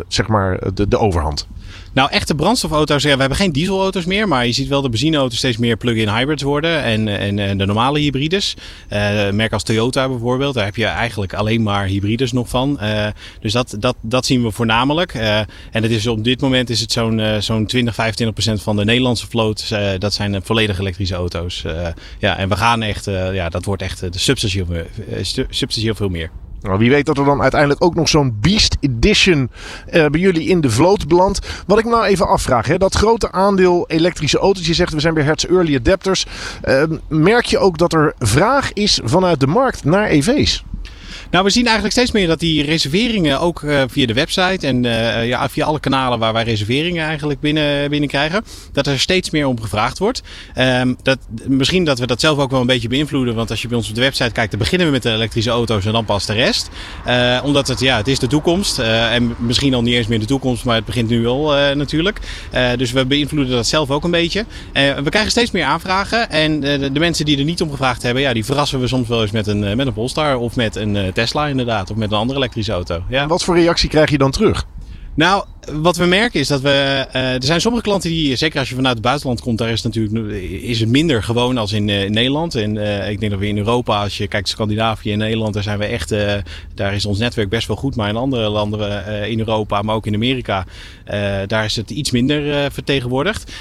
de overhand? Nou, echte brandstofauto's, we hebben geen dieselauto's meer. Maar je ziet wel de benzineauto's steeds meer plug-in hybrids worden. En de normale hybrides. Merk als Toyota bijvoorbeeld. Daar heb je eigenlijk alleen maar hybrides nog van. Dus dat zien we voornamelijk. En het is, op dit moment is het zo'n 20-25% van de Nederlandse vloot. Dat zijn volledig elektrische auto's. En we gaan echt, dat wordt echt substantieel veel meer. Nou, wie weet dat er dan uiteindelijk ook nog zo'n Beast Edition bij jullie in de vloot belandt. Wat ik me nou even afvraag, hè, dat grote aandeel elektrische auto's. Je zegt we zijn bij Hertz Early Adapters. Merk je ook dat er vraag is vanuit de markt naar EV's? Nou, we zien eigenlijk steeds meer dat die reserveringen ook via de website en via alle kanalen waar wij reserveringen eigenlijk binnen krijgen, dat er steeds meer om gevraagd wordt. Misschien dat we dat zelf ook wel een beetje beïnvloeden, want als je bij ons op de website kijkt, dan beginnen we met de elektrische auto's en dan pas de rest. Omdat het is de toekomst en misschien al niet eens meer de toekomst, maar het begint nu wel natuurlijk. Dus we beïnvloeden dat zelf ook een beetje. We krijgen steeds meer aanvragen en de mensen die er niet om gevraagd hebben, die verrassen we soms wel eens met een Polestar of met een Tesla inderdaad, of met een andere elektrische auto. Ja. Wat voor reactie krijg je dan terug? Nou, wat we merken is dat er zijn sommige klanten die, zeker als je vanuit het buitenland komt, daar is het minder gewoon als in Nederland. En ik denk dat we in Europa, als je kijkt Scandinavië en Nederland, daar zijn we echt, daar is ons netwerk best wel goed. Maar in andere landen in Europa, maar ook in Amerika, daar is het iets minder vertegenwoordigd.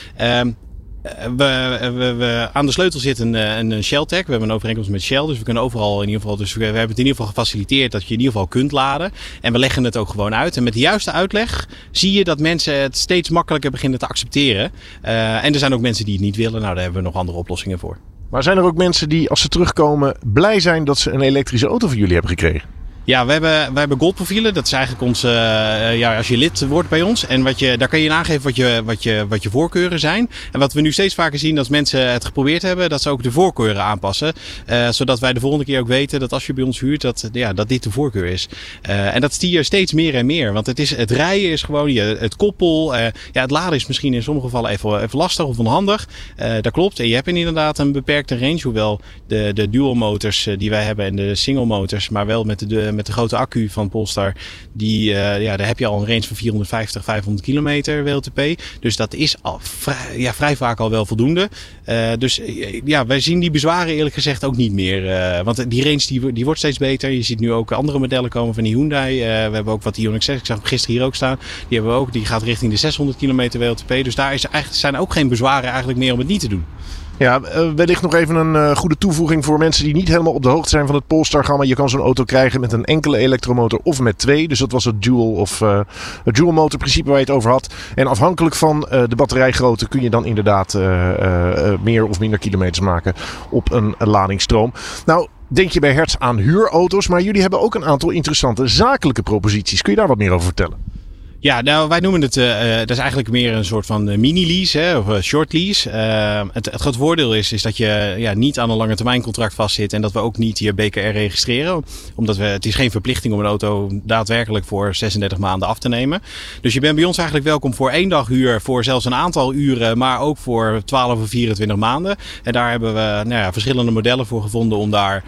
We aan de sleutel zit een Shell tag. We hebben een overeenkomst met Shell. Dus we kunnen overal in ieder geval. Dus we hebben het in ieder geval gefaciliteerd dat je in ieder geval kunt laden. En we leggen het ook gewoon uit. En met de juiste uitleg zie je dat mensen het steeds makkelijker beginnen te accepteren. En er zijn ook mensen die het niet willen. Nou, daar hebben we nog andere oplossingen voor. Maar zijn er ook mensen die, als ze terugkomen, blij zijn dat ze een elektrische auto van jullie hebben gekregen? Ja, wij hebben goldprofielen. Dat is eigenlijk ons, als je lid wordt bij ons. En daar kan je in aangeven wat je voorkeuren zijn. En wat we nu steeds vaker zien als mensen het geprobeerd hebben, dat ze ook de voorkeuren aanpassen. Zodat wij de volgende keer ook weten dat als je bij ons huurt, dat dit de voorkeur is. En dat stier steeds meer en meer. Want het rijden is gewoon het koppel. Het laden is misschien in sommige gevallen even lastig of onhandig. Dat klopt. En je hebt inderdaad een beperkte range. Hoewel de dual motors die wij hebben en de single motors, maar wel met de grote accu van Polestar, daar heb je al een range van 450, 500 kilometer WLTP. Dus dat is al vrij vaak al wel voldoende. Wij zien die bezwaren eerlijk gezegd ook niet meer. Want die range die wordt steeds beter. Je ziet nu ook andere modellen komen van die Hyundai. We hebben ook wat Ioniq 6. Ik zag hem gisteren hier ook staan. Die hebben we ook. Die gaat richting de 600 kilometer WLTP. Dus daar zijn ook geen bezwaren eigenlijk meer om het niet te doen. Ja, wellicht nog even een goede toevoeging voor mensen die niet helemaal op de hoogte zijn van het Polestar-gamma. Je kan zo'n auto krijgen met een enkele elektromotor of met 2. Dus dat was het dual motor principe waar je het over had. En afhankelijk van de batterijgrootte kun je dan inderdaad meer of minder kilometers maken op een ladingsstroom. Nou, denk je bij Hertz aan huurauto's, maar jullie hebben ook een aantal interessante zakelijke proposities. Kun je daar wat meer over vertellen? Ja, nou wij noemen het, dat is eigenlijk meer een soort van mini-lease of short lease. Het grote voordeel is dat je niet aan een lange termijn contract vastzit en dat we ook niet je BKR registreren. Omdat het is geen verplichting om een auto daadwerkelijk voor 36 maanden af te nemen. Dus je bent bij ons eigenlijk welkom voor 1 dag huur, voor zelfs een aantal uren, maar ook voor 12 of 24 maanden. En daar hebben we verschillende modellen voor gevonden om daar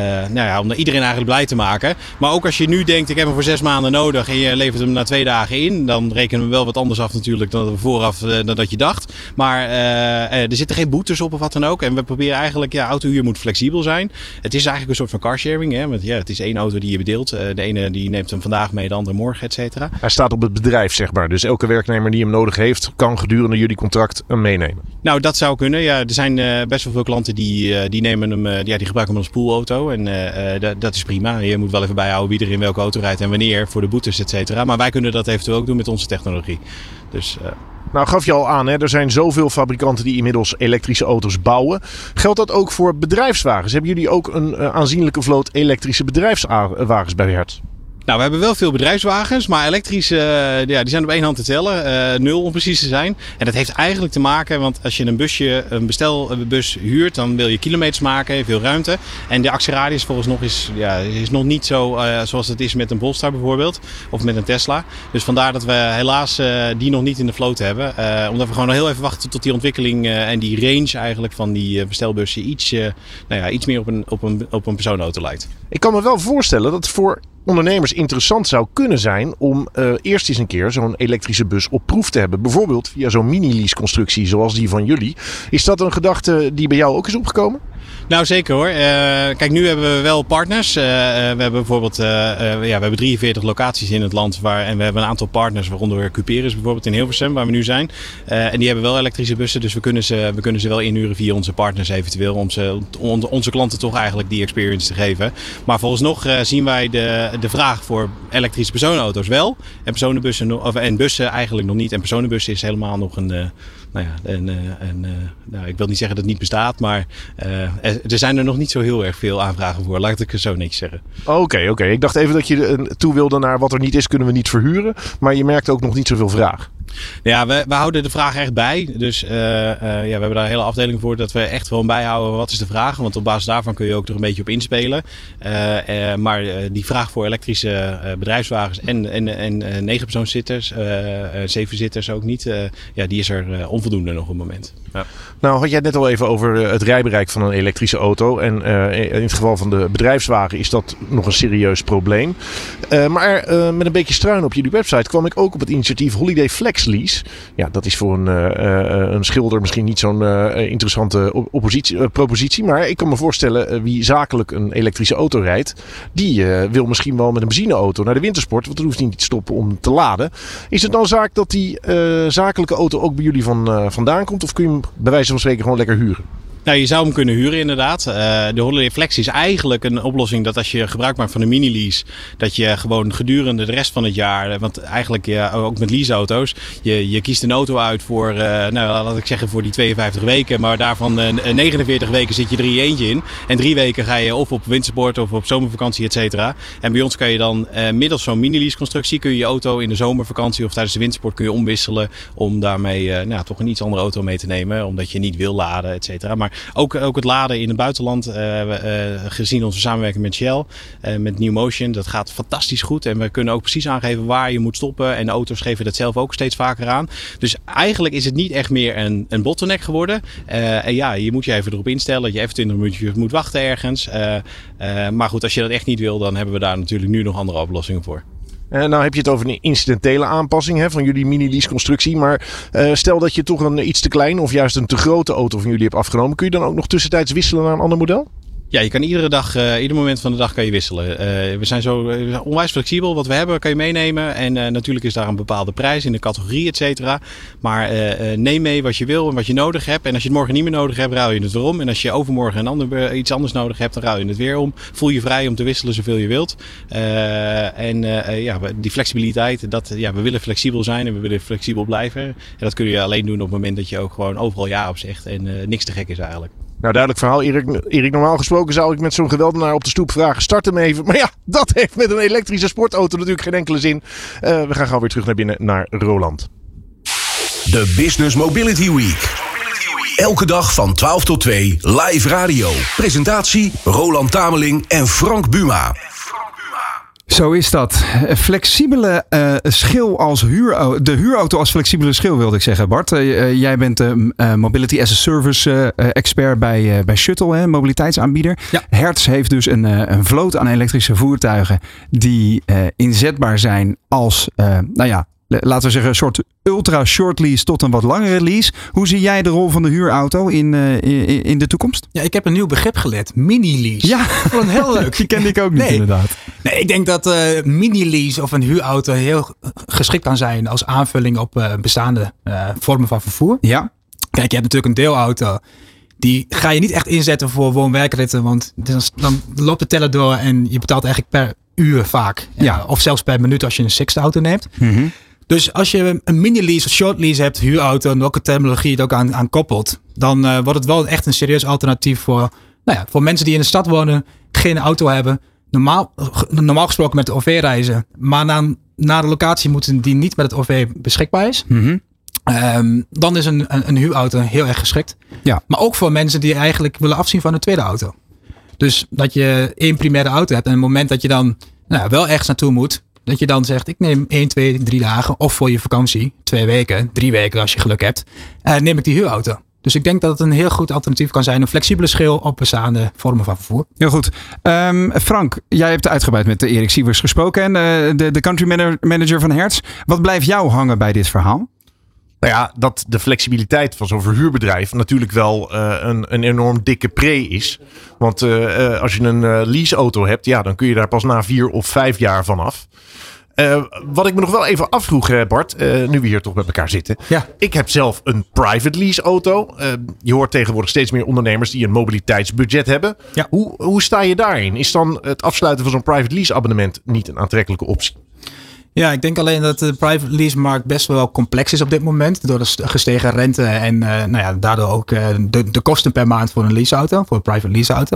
om iedereen eigenlijk blij te maken. Maar ook als je nu denkt, ik heb hem voor 6 maanden nodig en je levert hem na 2 dagen in, dan rekenen we wel wat anders af natuurlijk dan vooraf dan dat je dacht. Maar er zitten geen boetes op of wat dan ook. En we proberen eigenlijk, autohuur moet flexibel zijn. Het is eigenlijk een soort van carsharing. Hè? Want het is 1 auto die je bedeelt. De ene die neemt hem vandaag mee, de andere morgen, et cetera. Hij staat op het bedrijf, zeg maar. Dus elke werknemer die hem nodig heeft, kan gedurende jullie contract hem meenemen. Nou, dat zou kunnen. Ja, er zijn best wel veel klanten die nemen hem, die gebruiken hem als poolauto. En dat is prima. Je moet wel even bijhouden wie er in welke auto rijdt en wanneer voor de boetes, et cetera. Maar wij kunnen dat eventueel ook doen met onze technologie. Dus, Nou, gaf je al aan, hè? Er zijn zoveel fabrikanten die inmiddels elektrische auto's bouwen. Geldt dat ook voor bedrijfswagens? Hebben jullie ook een aanzienlijke vloot elektrische bedrijfswagens bij Hertz? Nou, we hebben wel veel bedrijfswagens, maar elektrische, die zijn op 1 hand te tellen. 0 om precies te zijn. En dat heeft eigenlijk te maken, want als je een bestelbus huurt, dan wil je kilometers maken, veel ruimte. En de actieradius volgens nog is nog niet zo zoals het is met een Polestar bijvoorbeeld, of met een Tesla. Dus vandaar dat we helaas die nog niet in de vloot hebben. Omdat we gewoon nog heel even wachten tot die ontwikkeling en die range eigenlijk van die bestelbussen iets meer op een persoonauto lijkt. Ik kan me wel voorstellen dat voor ondernemers interessant zou kunnen zijn om eerst eens een keer zo'n elektrische bus op proef te hebben. Bijvoorbeeld via zo'n mini-lease constructie zoals die van jullie. Is dat een gedachte die bij jou ook is opgekomen? Nou, zeker hoor. Kijk, nu hebben we wel partners. We hebben bijvoorbeeld we hebben 43 locaties in het land en we hebben een aantal partners, waaronder Cuperus bijvoorbeeld in Hilversum, waar we nu zijn. En die hebben wel elektrische bussen, dus we kunnen ze wel inhuren via onze partners eventueel, om onze klanten toch eigenlijk die experience te geven. Maar vooralsnog zien wij de vraag voor elektrische personenauto's wel. En personenbussen en bussen eigenlijk nog niet. En personenbussen is helemaal nog ik wil niet zeggen dat het niet bestaat, maar er zijn er nog niet zo heel erg veel aanvragen voor. Laat ik het zo netjes zeggen. Oké. Ik dacht even dat je toe wilde naar wat er niet is, kunnen we niet verhuren. Maar je merkt ook nog niet zoveel vraag. Ja, we houden de vraag echt bij. Dus we hebben daar een hele afdeling voor dat we echt gewoon bijhouden wat is de vraag. Want op basis daarvan kun je ook er een beetje op inspelen. Maar die vraag voor elektrische bedrijfswagens en 9-persoonszitters, 7-zitters ook niet. Die is er onvoldoende nog op het moment. Ja. Nou, had jij het net al even over het rijbereik van een elektrische auto. En in het geval van de bedrijfswagen is dat nog een serieus probleem. Maar met een beetje struin op jullie website kwam ik ook op het initiatief Holiday Flex Lease. Ja, dat is voor een schilder misschien niet zo'n interessante propositie. Maar ik kan me voorstellen wie zakelijk een elektrische auto rijdt. Die wil misschien wel met een benzineauto naar de wintersport. Want dan hoeft hij niet te stoppen om te laden. Is het nou zaak dat die zakelijke auto ook bij jullie vandaan komt? Of kun je hem bij wijze van spreken gewoon lekker huren? Nou, je zou hem kunnen huren inderdaad. De Holiday Flex is eigenlijk een oplossing dat als je gebruik maakt van een mini-lease, dat je gewoon gedurende de rest van het jaar, want eigenlijk ook met leaseauto's, je kiest een auto uit voor, laat ik zeggen voor die 52 weken, maar daarvan 49 weken zit je er in je eentje in. En 3 weken ga je of op wintersport of op zomervakantie, et cetera. En bij ons kan je dan middels zo'n mini-lease constructie kun je je auto in de zomervakantie of tijdens de wintersport kun je omwisselen om daarmee toch een iets andere auto mee te nemen, omdat je niet wil laden, et cetera. Maar ook het laden in het buitenland, gezien onze samenwerking met Shell, met New Motion, dat gaat fantastisch goed. En we kunnen ook precies aangeven waar je moet stoppen. En de auto's geven dat zelf ook steeds vaker aan. Dus eigenlijk is het niet echt meer een bottleneck geworden. En ja, je moet je even erop instellen dat je even 20 minuutjes moet wachten ergens. Maar goed, als je dat echt niet wil, dan hebben we daar natuurlijk nu nog andere oplossingen voor. Nou heb je het over een incidentele aanpassing van jullie mini-lease constructie. Maar stel dat je toch een iets te klein of juist een te grote auto van jullie hebt afgenomen. Kun je dan ook nog tussentijds wisselen naar een ander model? Ja, je kan ieder moment van de dag kan je wisselen. We zijn zo onwijs flexibel. Wat we hebben kan je meenemen. En natuurlijk is daar een bepaalde prijs in de categorie, et cetera. Maar neem mee wat je wil en wat je nodig hebt. En als je het morgen niet meer nodig hebt, ruil je het weer om. En als je overmorgen iets anders nodig hebt, dan ruil je het weer om. Voel je vrij om te wisselen zoveel je wilt. Die flexibiliteit, we willen flexibel zijn en we willen flexibel blijven. En dat kun je alleen doen op het moment dat je ook gewoon overal ja op zegt. En niks te gek is eigenlijk. Nou, duidelijk verhaal. Erik, normaal gesproken zou ik met zo'n geweldenaar op de stoep vragen, start hem even. Maar ja, dat heeft met een elektrische sportauto natuurlijk geen enkele zin. We gaan gauw weer terug naar binnen naar Roland. De Business Mobility Week. Elke dag van 12 tot 2 live radio. Presentatie Roland Tameling en Frank Buma. Zo is dat. Flexibele schil als de huurauto als flexibele schil wilde ik zeggen, Bart. Jij bent Mobility as a Service expert bij Shuttle, mobiliteitsaanbieder. Ja. Hertz heeft dus een vloot aan elektrische voertuigen die inzetbaar zijn als, laten we zeggen, een soort ultra short lease tot een wat langere lease. Hoe zie jij de rol van de huurauto in de toekomst? Ja, ik heb een nieuw begrip geleerd. Mini-lease. Ja, vond heel leuk. Die kende ik ook niet inderdaad. Nee, ik denk dat mini-lease of een huurauto heel geschikt kan zijn als aanvulling op bestaande vormen van vervoer. Ja. Kijk, je hebt natuurlijk een deelauto. Die ga je niet echt inzetten voor woon-werkritten, want dan loopt de teller door en je betaalt eigenlijk per uur vaak. Ja. Of zelfs per minuut als je een sixth auto neemt. Mm-hmm. Dus als je een mini-lease of short lease hebt, huurauto en welke terminologie het ook aan koppelt, dan wordt het wel echt een serieus alternatief voor mensen die in de stad wonen, geen auto hebben, normaal gesproken met de OV reizen, maar naar de locatie moeten die niet met het OV beschikbaar is. Mm-hmm. Dan is een huurauto heel erg geschikt. Ja. Maar ook voor mensen die eigenlijk willen afzien van een tweede auto. Dus dat je één primaire auto hebt en op het moment dat je dan wel ergens naartoe moet, dat je dan zegt, ik neem 1, 2, 3 dagen of voor je vakantie, 2 weken, 3 weken als je geluk hebt, neem ik die huurauto. Dus ik denk dat het een heel goed alternatief kan zijn. Een flexibele schil op bestaande vormen van vervoer. Heel goed. Frank, jij hebt uitgebreid met Erik Sievers gesproken. En de country manager van Hertz. Wat blijft jou hangen bij dit verhaal? Nou ja, dat de flexibiliteit van zo'n verhuurbedrijf natuurlijk wel een enorm dikke pre is. Want als je een leaseauto hebt, dan kun je daar pas na 4 of 5 jaar vanaf. Wat ik me nog wel even afvroeg, Bart, nu we hier toch met elkaar zitten. Ja. Ik heb zelf een private lease auto. Je hoort tegenwoordig steeds meer ondernemers die een mobiliteitsbudget hebben. Ja. Hoe sta je daarin? Is dan het afsluiten van zo'n private lease abonnement niet een aantrekkelijke optie? Ja, ik denk alleen dat de private lease markt best wel complex is op dit moment. Door de gestegen rente en daardoor ook de kosten per maand voor een leaseauto, voor een private leaseauto.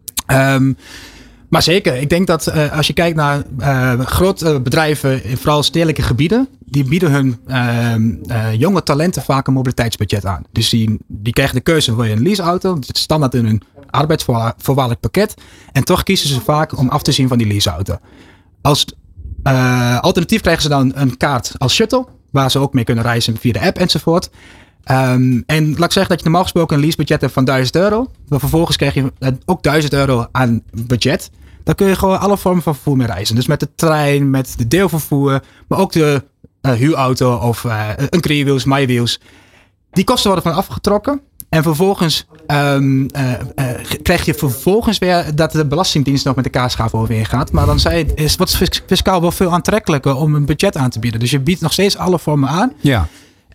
Maar zeker, ik denk dat als je kijkt naar grote bedrijven, vooral stedelijke gebieden, die bieden hun jonge talenten vaak een mobiliteitsbudget aan. Dus die krijgen de keuze, wil je een leaseauto? Dat is standaard in hun arbeidsvoorwaardelijk pakket. En toch kiezen ze vaak om af te zien van die leaseauto. Als alternatief krijgen ze dan een kaart als Shuttle, waar ze ook mee kunnen reizen via de app enzovoort. En laat ik zeggen dat je normaal gesproken een leasebudget hebt van €1000. Maar vervolgens krijg je ook €1000 aan budget. Dan kun je gewoon alle vormen van vervoer mee reizen. Dus met de trein, met de deelvervoer, maar ook de huurauto of een Creewheels, MyWheels. Die kosten worden van afgetrokken. En vervolgens krijg je weer dat de Belastingdienst nog met de kaasschaaf overheen gaat. Maar dan wordt het fiscaal wel veel aantrekkelijker om een budget aan te bieden. Dus je biedt nog steeds alle vormen aan. Ja.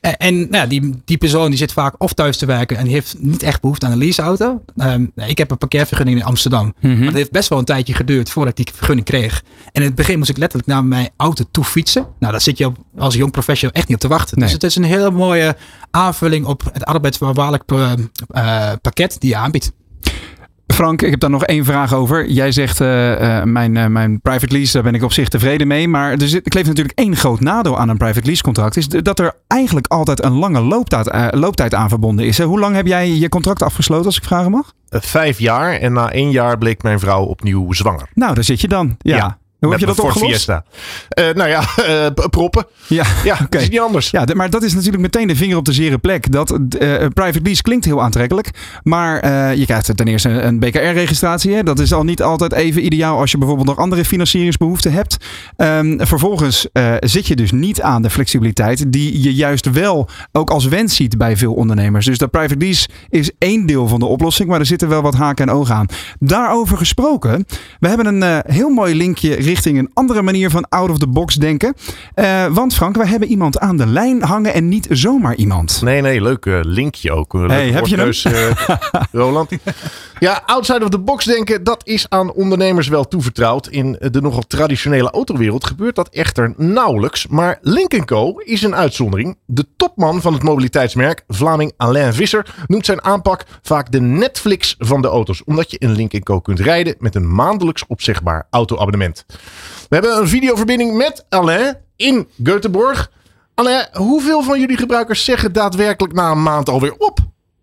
En die persoon die zit vaak of thuis te werken en die heeft niet echt behoefte aan een leaseauto. Ik heb een parkeervergunning in Amsterdam. Maar het heeft best wel een tijdje geduurd voordat ik die vergunning kreeg. En in het begin moest ik letterlijk naar mijn auto toe fietsen. Nou, daar zit je als jong professional echt niet op te wachten. Nee. Dus het is een hele mooie aanvulling op het arbeidsvoorwaardelijk pakket die je aanbiedt. Frank, ik heb daar nog 1 vraag over. Jij zegt, mijn private lease, daar ben ik op zich tevreden mee. Maar er kleeft natuurlijk 1 groot nadeel aan een private lease contract. Is dat er eigenlijk altijd een lange looptijd aan verbonden is. Hoe lang heb jij je contract afgesloten, als ik vragen mag? 5 jaar en na 1 jaar bleek mijn vrouw opnieuw zwanger. Nou, daar zit je dan. Ja. Hoe heb je dat opgelost? Proppen. Ja, dat is niet anders. Ja, maar dat is natuurlijk meteen de vinger op de zere plek. Dat private lease klinkt heel aantrekkelijk. Maar je krijgt ten eerste een BKR-registratie. Dat is al niet altijd even ideaal als je bijvoorbeeld nog andere financieringsbehoeften hebt. Vervolgens zit je dus niet aan de flexibiliteit die je juist wel ook als wens ziet bij veel ondernemers. Dus dat private lease is 1 deel van de oplossing. Maar er zitten wel wat haken en ogen aan. Daarover gesproken. We hebben een heel mooi linkje richting een andere manier van out of the box denken. Want Frank, wij hebben iemand aan de lijn hangen en niet zomaar iemand. Nee, leuk linkje ook. Heb je hem? Roland. Ja, outside of the box denken, dat is aan ondernemers wel toevertrouwd. In de nogal traditionele autowereld gebeurt dat echter nauwelijks. Maar Lynk & Co is een uitzondering. De topman van het mobiliteitsmerk, Vlaming Alain Visser, noemt zijn aanpak vaak de Netflix van de auto's. Omdat je in Lynk & Co kunt rijden met een maandelijks opzegbaar autoabonnement. We hebben een videoverbinding met Alain in Göteborg. Alain, hoeveel van jullie gebruikers zeggen daadwerkelijk na een maand alweer op?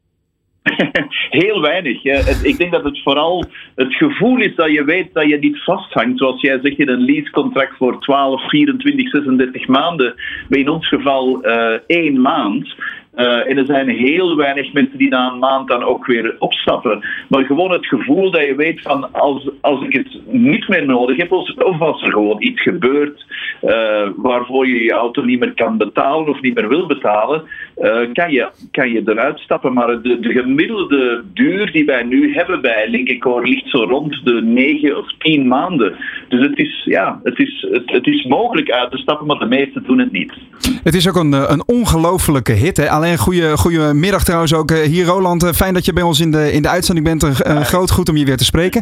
Heel weinig. Ik denk dat het vooral het gevoel is dat je weet dat je niet vasthangt. Zoals jij zegt, in een leasecontract voor 12, 24, 36 maanden. Maar in ons geval 1 maand. En er zijn heel weinig mensen die na een maand dan ook weer opstappen. Maar gewoon het gevoel dat je weet van als ik het niet meer nodig heb, of als er gewoon iets gebeurt waarvoor je je auto niet meer kan betalen of niet meer wil betalen, kan je eruit stappen. Maar de gemiddelde duur die wij nu hebben bij Lynk & Co ligt zo rond de 9 of 10 maanden. Dus het is mogelijk uit te stappen, maar de meesten doen het niet. Het is ook een ongelofelijke hit, hè? Alleen goedemiddag trouwens ook hier, Roland. Fijn dat je bij ons in de uitzending bent. Groot goed om je weer te spreken.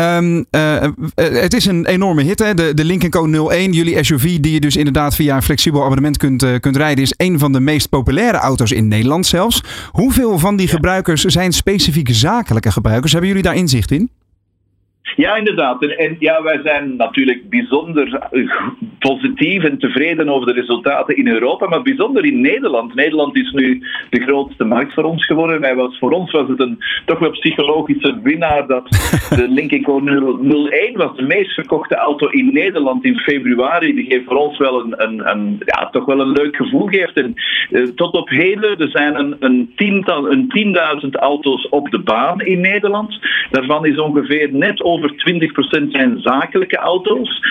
Het is een enorme hit, hè? De Lynk & Co 01, jullie SUV, die je dus inderdaad via een flexibel abonnement kunt rijden, is een van de meest populaire auto's in Nederland zelfs. Hoeveel van die gebruikers zijn specifiek zakelijke gebruikers? Hebben jullie daar inzicht in? Ja, inderdaad. En wij zijn natuurlijk bijzonder positief en tevreden over de resultaten in Europa, maar bijzonder in Nederland. Nederland is nu de grootste markt voor ons geworden. Voor ons was het een toch wel psychologische winnaar dat de Lynk & Co 01 was de meest verkochte auto in Nederland in februari. Die geeft voor ons wel toch wel een leuk gevoel geeft. En tot op heden, er zijn een 10.000 auto's op de baan in Nederland. Daarvan is ongeveer net over 20% zijn zakelijke auto's.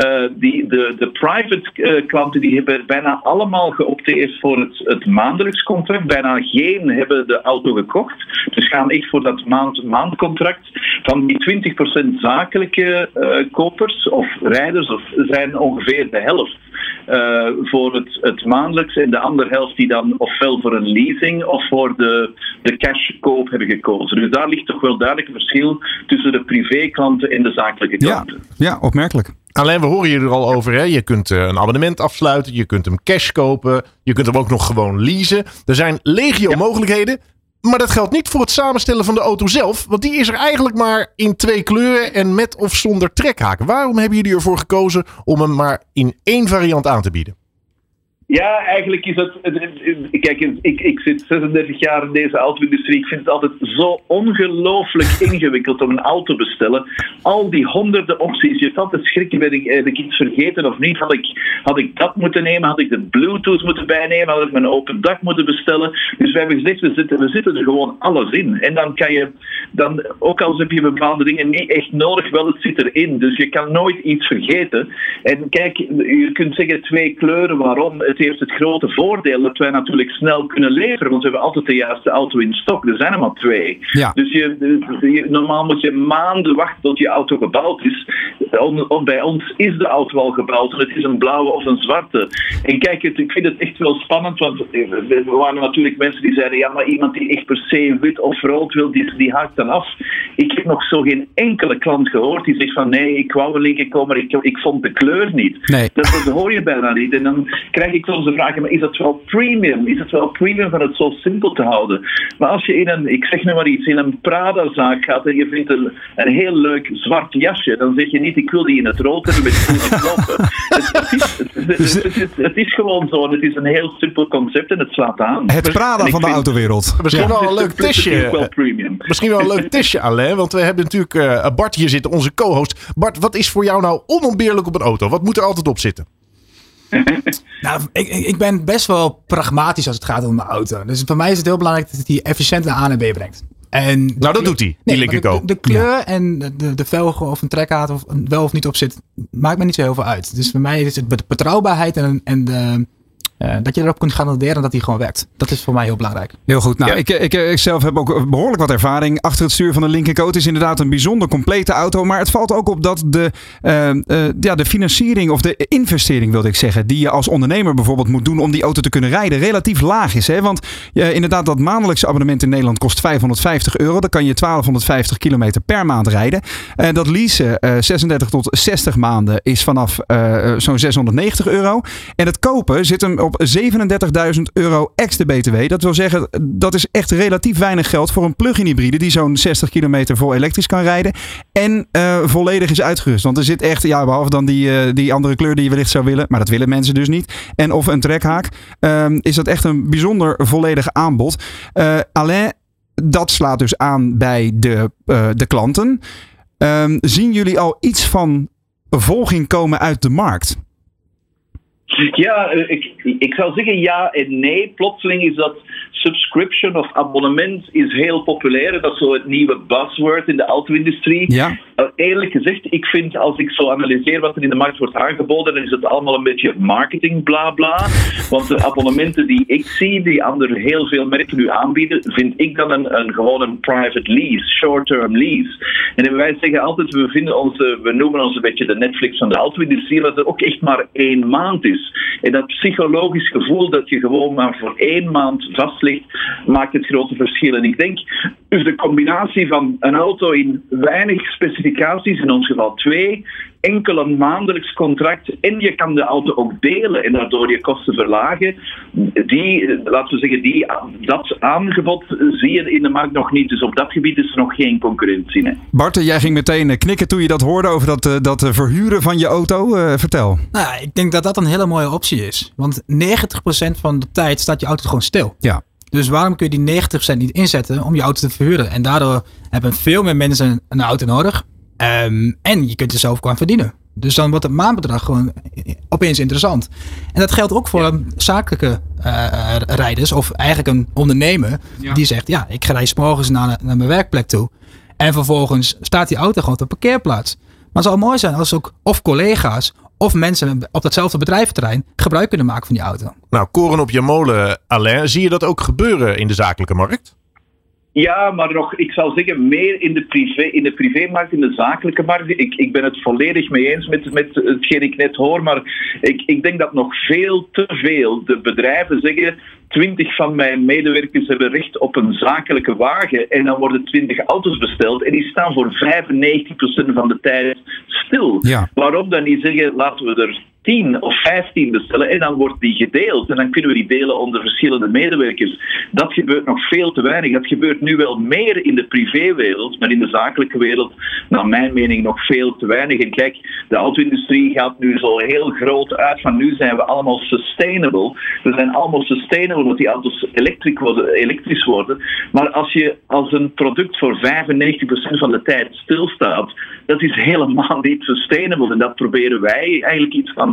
De private klanten die hebben bijna allemaal geopteerd voor het maandelijks contract. Bijna geen hebben de auto gekocht. Dus gaan echt voor dat maandcontract. Van die 20% zakelijke kopers of rijders zijn ongeveer de helft voor het maandelijks en de andere helft die dan ofwel voor een leasing of voor de cashkoop hebben gekozen. Dus daar ligt toch wel duidelijk een verschil tussen de privéklanten en de zakelijke klanten. Ja, opmerkelijk. Alleen, we horen je er al over. Hè? Je kunt een abonnement afsluiten. Je kunt hem cash kopen. Je kunt hem ook nog gewoon leasen. Er zijn legio mogelijkheden. Maar dat geldt niet voor het samenstellen van de auto zelf. Want die is er eigenlijk maar in 2 kleuren en met of zonder trekhaken. Waarom hebben jullie ervoor gekozen om hem maar in 1 variant aan te bieden? Ja, eigenlijk is het... Kijk, ik zit 36 jaar in deze auto-industrie. Ik vind het altijd zo ongelooflijk ingewikkeld om een auto te bestellen. Al die honderden opties. Je hebt altijd schrikken, heb ik iets vergeten of niet? Had ik dat moeten nemen? Had ik de Bluetooth moeten bijnemen? Had ik mijn open dak moeten bestellen? Dus we hebben gezegd, we zitten er gewoon alles in. En dan kan je... ook al heb je bepaalde dingen niet echt nodig, wel, het zit erin. Dus je kan nooit iets vergeten. En kijk, je kunt zeggen 2 kleuren. Waarom? Het heeft het grote voordeel dat wij natuurlijk snel kunnen leveren, want we hebben altijd de juiste auto in stok. Er zijn er maar 2. Ja. Dus normaal moet je maanden wachten tot je auto gebouwd is. Bij ons is de auto al gebouwd en het is een blauwe of een zwarte. En kijk, ik vind het echt wel spannend, want er waren natuurlijk mensen die zeiden, ja, maar iemand die echt per se wit of rood wil, die haakt dan af. Ik heb nog zo geen enkele klant gehoord die zegt van, nee, ik wou een linkerkomen, maar ik vond de kleur niet. Nee. Dat hoor je bijna niet. En dan krijg ik soms de vraag, maar is het wel premium? Is het wel premium van het zo simpel te houden? Maar als je in een Prada-zaak gaat en je vindt een heel leuk zwart jasje, dan zeg je niet, ik wil die in het rood hebben met groene knoppen. Het is gewoon zo. Het is een heel simpel concept en het slaat aan. Het Prada van de autowereld. Misschien wel een leuk testje. Misschien wel een leuk testje, Alain. Want we hebben natuurlijk Bart hier zitten, onze co-host. Bart, wat is voor jou nou onontbeerlijk op een auto? Wat moet er altijd op zitten? Nou, ik ben best wel pragmatisch als het gaat om mijn auto. Dus voor mij is het heel belangrijk dat het die efficiënt naar A naar B brengt. En dat doet hij, die linkerkoop. De kleur en de velgen of een trekhaat of wel of niet op zit, maakt me niet zo heel veel uit. Dus voor mij is het de betrouwbaarheid en dat je erop kunt garanderen dat die gewoon werkt. Dat is voor mij heel belangrijk. Heel goed. Nou, ik zelf heb ook behoorlijk wat ervaring achter het stuur van de linkerkoop. Het is inderdaad een bijzonder complete auto. Maar het valt ook op dat de financiering of de investering, wilde ik zeggen, die je als ondernemer bijvoorbeeld moet doen om die auto te kunnen rijden, relatief laag is. Hè? Want inderdaad, dat maandelijkse abonnement in Nederland kost €550. Dan kan je 1250 kilometer per maand rijden. Dat leasen 36 tot 60 maanden is vanaf zo'n €690. En het kopen zit hem op €37.000 ex-BTW. Dat wil zeggen, dat is echt relatief weinig geld voor een plug-in hybride die zo'n 60 kilometer vol elektrisch kan rijden en volledig is uitgerust. Want er zit echt, behalve dan die andere kleur die je wellicht zou willen, maar dat willen mensen dus niet, en of een trekhaak, is dat echt een bijzonder volledig aanbod. Alain, dat slaat dus aan bij de klanten. Zien jullie al iets van volging komen uit de markt? Ja, ik zou zeggen ja en nee. Plotseling is dat subscription of abonnement is heel populair. Dat is zo het nieuwe buzzword in de auto-industrie. Ja. Eerlijk gezegd, ik vind als ik zo analyseer wat er in de markt wordt aangeboden, dan is het allemaal een beetje marketing bla bla. Want de abonnementen die ik zie, die heel veel merken nu aanbieden, vind ik dan gewoon een private lease, short-term lease. En wij zeggen altijd, we noemen ons een beetje de Netflix van de auto-industrie, dat er ook echt maar 1 maand is. En dat psychologisch gevoel dat je gewoon maar voor 1 maand vastlegt, maakt het grote verschil. En ik denk, dus de combinatie van een auto in weinig specificaties, in ons geval 2, enkel een maandelijks contract en je kan de auto ook delen en daardoor je kosten verlagen. Dat aangebod zie je in de markt nog niet. Dus op dat gebied is er nog geen concurrentie. Hè. Bart, jij ging meteen knikken toen je dat hoorde over dat verhuren van je auto. Vertel. Nou, ik denk dat dat een hele mooie optie is. Want 90% van de tijd staat je auto gewoon stil. Ja. Dus waarom kun je die 90% niet inzetten om je auto te verhuren? En daardoor hebben veel meer mensen een auto nodig. En je kunt er zelf gewoon verdienen. Dus dan wordt het maandbedrag gewoon opeens interessant. En dat geldt ook voor zakelijke rijders of eigenlijk een ondernemer die zegt, ja, ik rij 's morgens naar mijn werkplek toe. En vervolgens staat die auto gewoon op de parkeerplaats. Maar het zou mooi zijn als ook of collega's of mensen op datzelfde bedrijventerrein gebruik kunnen maken van die auto. Nou, koren op je molen, Alain. Zie je dat ook gebeuren in de zakelijke markt? Ja, maar nog, ik zou zeggen, meer in de privémarkt, in de zakelijke markt. Ik ben het volledig mee eens met hetgeen ik net hoor, maar ik denk dat nog veel te veel de bedrijven zeggen, 20 van mijn medewerkers hebben recht op een zakelijke wagen en dan worden 20 auto's besteld en die staan voor 95% van de tijd stil. Ja. Waarom dan niet zeggen, laten we er 10 of 15 bestellen en dan wordt die gedeeld en dan kunnen we die delen onder verschillende medewerkers. Dat gebeurt nog veel te weinig. Dat gebeurt nu wel meer in de privéwereld, maar in de zakelijke wereld, naar mijn mening, nog veel te weinig. En kijk, de auto-industrie gaat nu zo heel groot uit van nu zijn we allemaal sustainable. We zijn allemaal sustainable dat die auto's elektrisch worden. Maar als een product voor 95% van de tijd stilstaat, dat is helemaal niet sustainable. En dat proberen wij eigenlijk iets van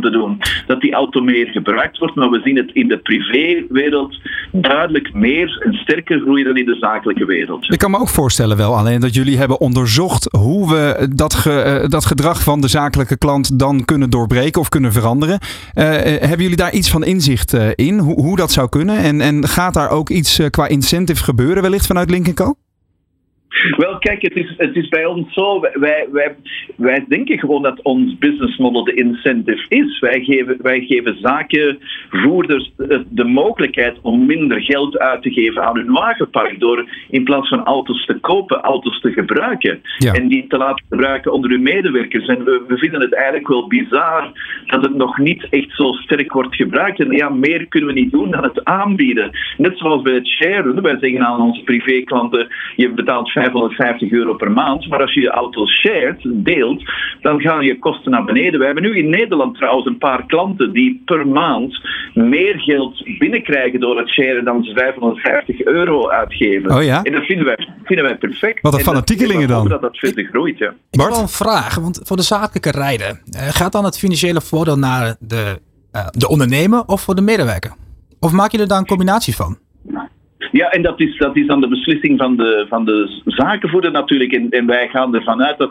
te doen, dat die auto meer gebruikt wordt. Maar we zien het in de privéwereld duidelijk meer en sterker groeien dan in de zakelijke wereld. Ik kan me ook voorstellen wel alleen dat jullie hebben onderzocht hoe we dat gedrag van de zakelijke klant dan kunnen doorbreken of kunnen veranderen. Hebben jullie daar iets van inzicht in? Hoe dat zou kunnen? En gaat daar ook iets qua incentive gebeuren wellicht vanuit Lynk & Co? Wel, kijk, het is bij ons zo. Wij denken gewoon dat ons business model de incentive is. Wij geven zakenvoerders de mogelijkheid om minder geld uit te geven aan hun wagenpark door in plaats van auto's te kopen, auto's te gebruiken. Ja. En die te laten gebruiken onder hun medewerkers. En we vinden het eigenlijk wel bizar dat het nog niet echt zo sterk wordt gebruikt. En ja, meer kunnen we niet doen dan het aanbieden. Net zoals bij het sharen. Wij zeggen aan onze privéklanten, je betaalt €550 per maand, maar als je je auto deelt, dan gaan je kosten naar beneden. We hebben nu in Nederland trouwens een paar klanten die per maand meer geld binnenkrijgen door het sharen dan ze €550 uitgeven. Oh ja? En dat vinden wij perfect. Wat een fanatiekelingen dan. Dat verder groeit, ja. Ik heb wel een vraag, want voor de zakelijke rijden, gaat dan het financiële voordeel naar de ondernemer of voor de medewerker? Of maak je er daar een combinatie van? Ja, en dat is dan de beslissing van de zakenvoerder natuurlijk. En wij gaan ervan uit dat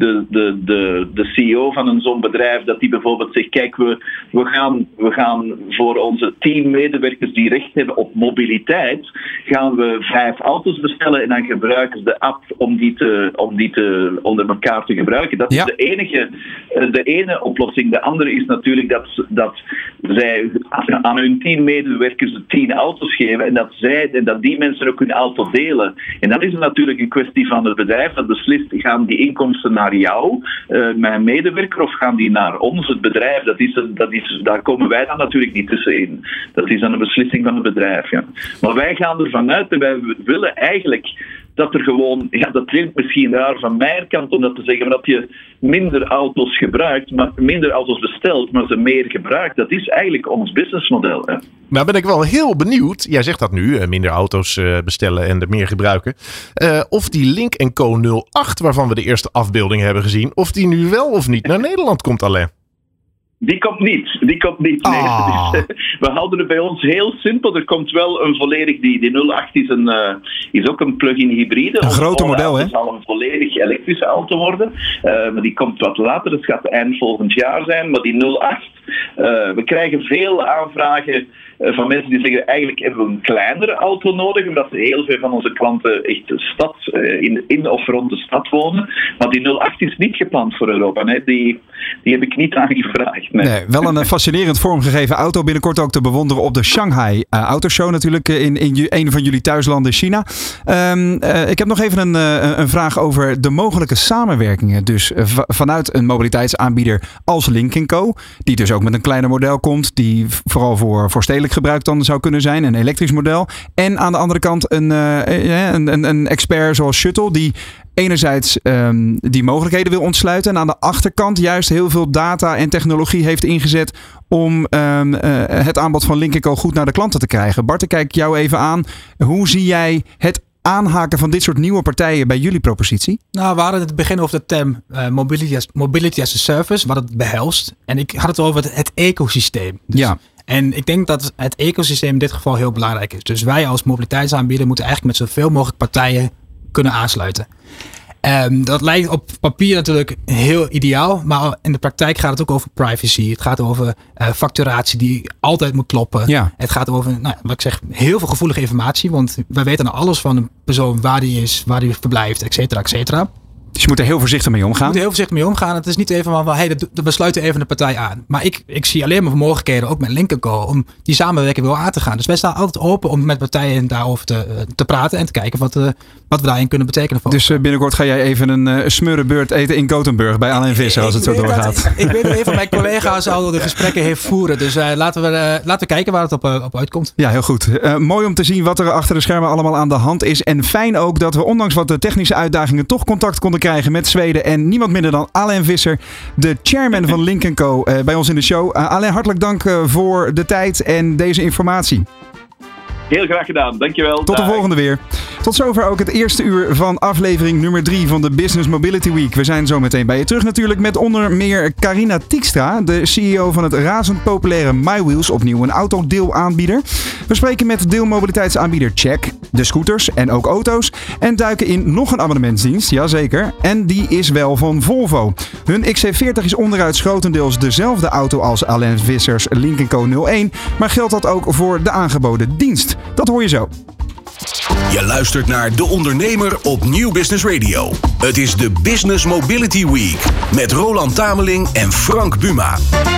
de CEO van zo'n bedrijf, dat die bijvoorbeeld zegt, kijk, we gaan voor onze 10 medewerkers die recht hebben op mobiliteit, gaan we 5 auto's bestellen en dan gebruiken ze de app om die onder elkaar te gebruiken. Dat is de ene oplossing. De andere is natuurlijk dat zij aan hun 10 medewerkers de 10 auto's geven en dat die mensen ook hun auto delen. En dan is het natuurlijk een kwestie van het bedrijf dat beslist, gaan die inkomsten naar jou, mijn medewerker, of gaan die naar ons, het bedrijf? Daar komen wij dan natuurlijk niet tussenin. Dat is dan een beslissing van het bedrijf. Ja. Maar wij gaan ervan uit en wij willen eigenlijk dat er gewoon, dat klinkt misschien raar van mijn kant om dat te zeggen, maar dat je minder auto's gebruikt, maar minder auto's bestelt, maar ze meer gebruikt. Dat is eigenlijk ons businessmodel. Hè. Nou ben ik wel heel benieuwd, jij zegt dat nu, minder auto's bestellen en er meer gebruiken, of die Lynk & Co 08, waarvan we de eerste afbeelding hebben gezien, of die nu wel of niet naar Nederland komt, Alain. Die komt niet. Nee. We houden het bij ons heel simpel. Er komt wel een volledig, die 08 is ook een plug-in hybride. Een grote model, hè? Het zal een volledig elektrische auto worden. Maar die komt wat later. Dat gaat eind volgend jaar zijn. Maar die 08, we krijgen veel aanvragen van mensen die zeggen, eigenlijk hebben we een kleinere auto nodig, omdat heel veel van onze klanten echt in of rond de stad wonen. Maar die 08 is niet gepland voor Europa. Nee. Die heb ik niet aangevraagd. Nee, wel een fascinerend vormgegeven auto. Binnenkort ook te bewonderen op de Shanghai Autoshow natuurlijk in een van jullie thuislanden China. Ik heb nog even een vraag over de mogelijke samenwerkingen. Dus vanuit een mobiliteitsaanbieder als Lynk & Co. Die dus ook met een kleiner model komt. Die vooral voor stedelijk gebruik dan zou kunnen zijn. Een elektrisch model. En aan de andere kant een expert zoals Shuttle. Die enerzijds die mogelijkheden wil ontsluiten. En aan de achterkant juist heel veel data en technologie heeft ingezet om het aanbod van Lynk & Co goed naar de klanten te krijgen. Bart, ik kijk jou even aan. Hoe zie jij het aanhaken van dit soort nieuwe partijen bij jullie propositie? Nou, we hadden het begin over de term mobility as a service, wat het behelst. En ik had het over het ecosysteem. Dus, ja. En ik denk dat het ecosysteem in dit geval heel belangrijk is. Dus wij als mobiliteitsaanbieder moeten eigenlijk met zoveel mogelijk partijen kunnen aansluiten. Dat lijkt op papier natuurlijk heel ideaal, maar in de praktijk gaat het ook over privacy. Het gaat over facturatie die altijd moet kloppen. Ja. Het gaat over, wat ik zeg, heel veel gevoelige informatie, want wij weten nou alles van een persoon, waar die is, waar die verblijft, et cetera, et cetera. Dus je moet er heel voorzichtig mee omgaan. Het is niet even van, we sluiten even de partij aan. Maar ik zie alleen maar mogelijkheden, ook met Lynk & Co, om die samenwerking wel aan te gaan. Dus wij staan altijd open om met partijen daarover te praten en te kijken wat we daarin kunnen betekenen. Dus binnenkort ga jij even een smurrenbeurt eten in Gothenburg bij Alain Visser als het zo doorgaat. Ik weet dat een van mijn collega's al de gesprekken heeft voeren. Dus laten we kijken waar het op uitkomt. Ja, heel goed. Mooi om te zien wat er achter de schermen allemaal aan de hand is. En fijn ook dat we ondanks wat de technische uitdagingen toch contact konden krijgen met Zweden. En niemand minder dan Alain Visser, de chairman van Lynk & Co. Bij ons in de show. Alain, hartelijk dank voor de tijd en deze informatie. Heel graag gedaan. Dankjewel. Tot de volgende weer. Tot zover ook het eerste uur van aflevering nummer 3 van de Business Mobility Week. We zijn zo meteen bij je terug natuurlijk met onder meer Carina Tiekstra, de CEO van het razend populaire MyWheels, opnieuw een autodeelaanbieder. We spreken met deelmobiliteitsaanbieder Check, de scooters en ook auto's en duiken in nog een abonnementsdienst, jazeker. En die is wel van Volvo. Hun XC40 is onderuit grotendeels dezelfde auto als Alain Vissers Lynk & Co 01, maar geldt dat ook voor de aangeboden dienst? Dat hoor je zo. Je luistert naar De Ondernemer op Nieuw Business Radio. Het is de Business Mobility Week met Roland Tameling en Frank Buma.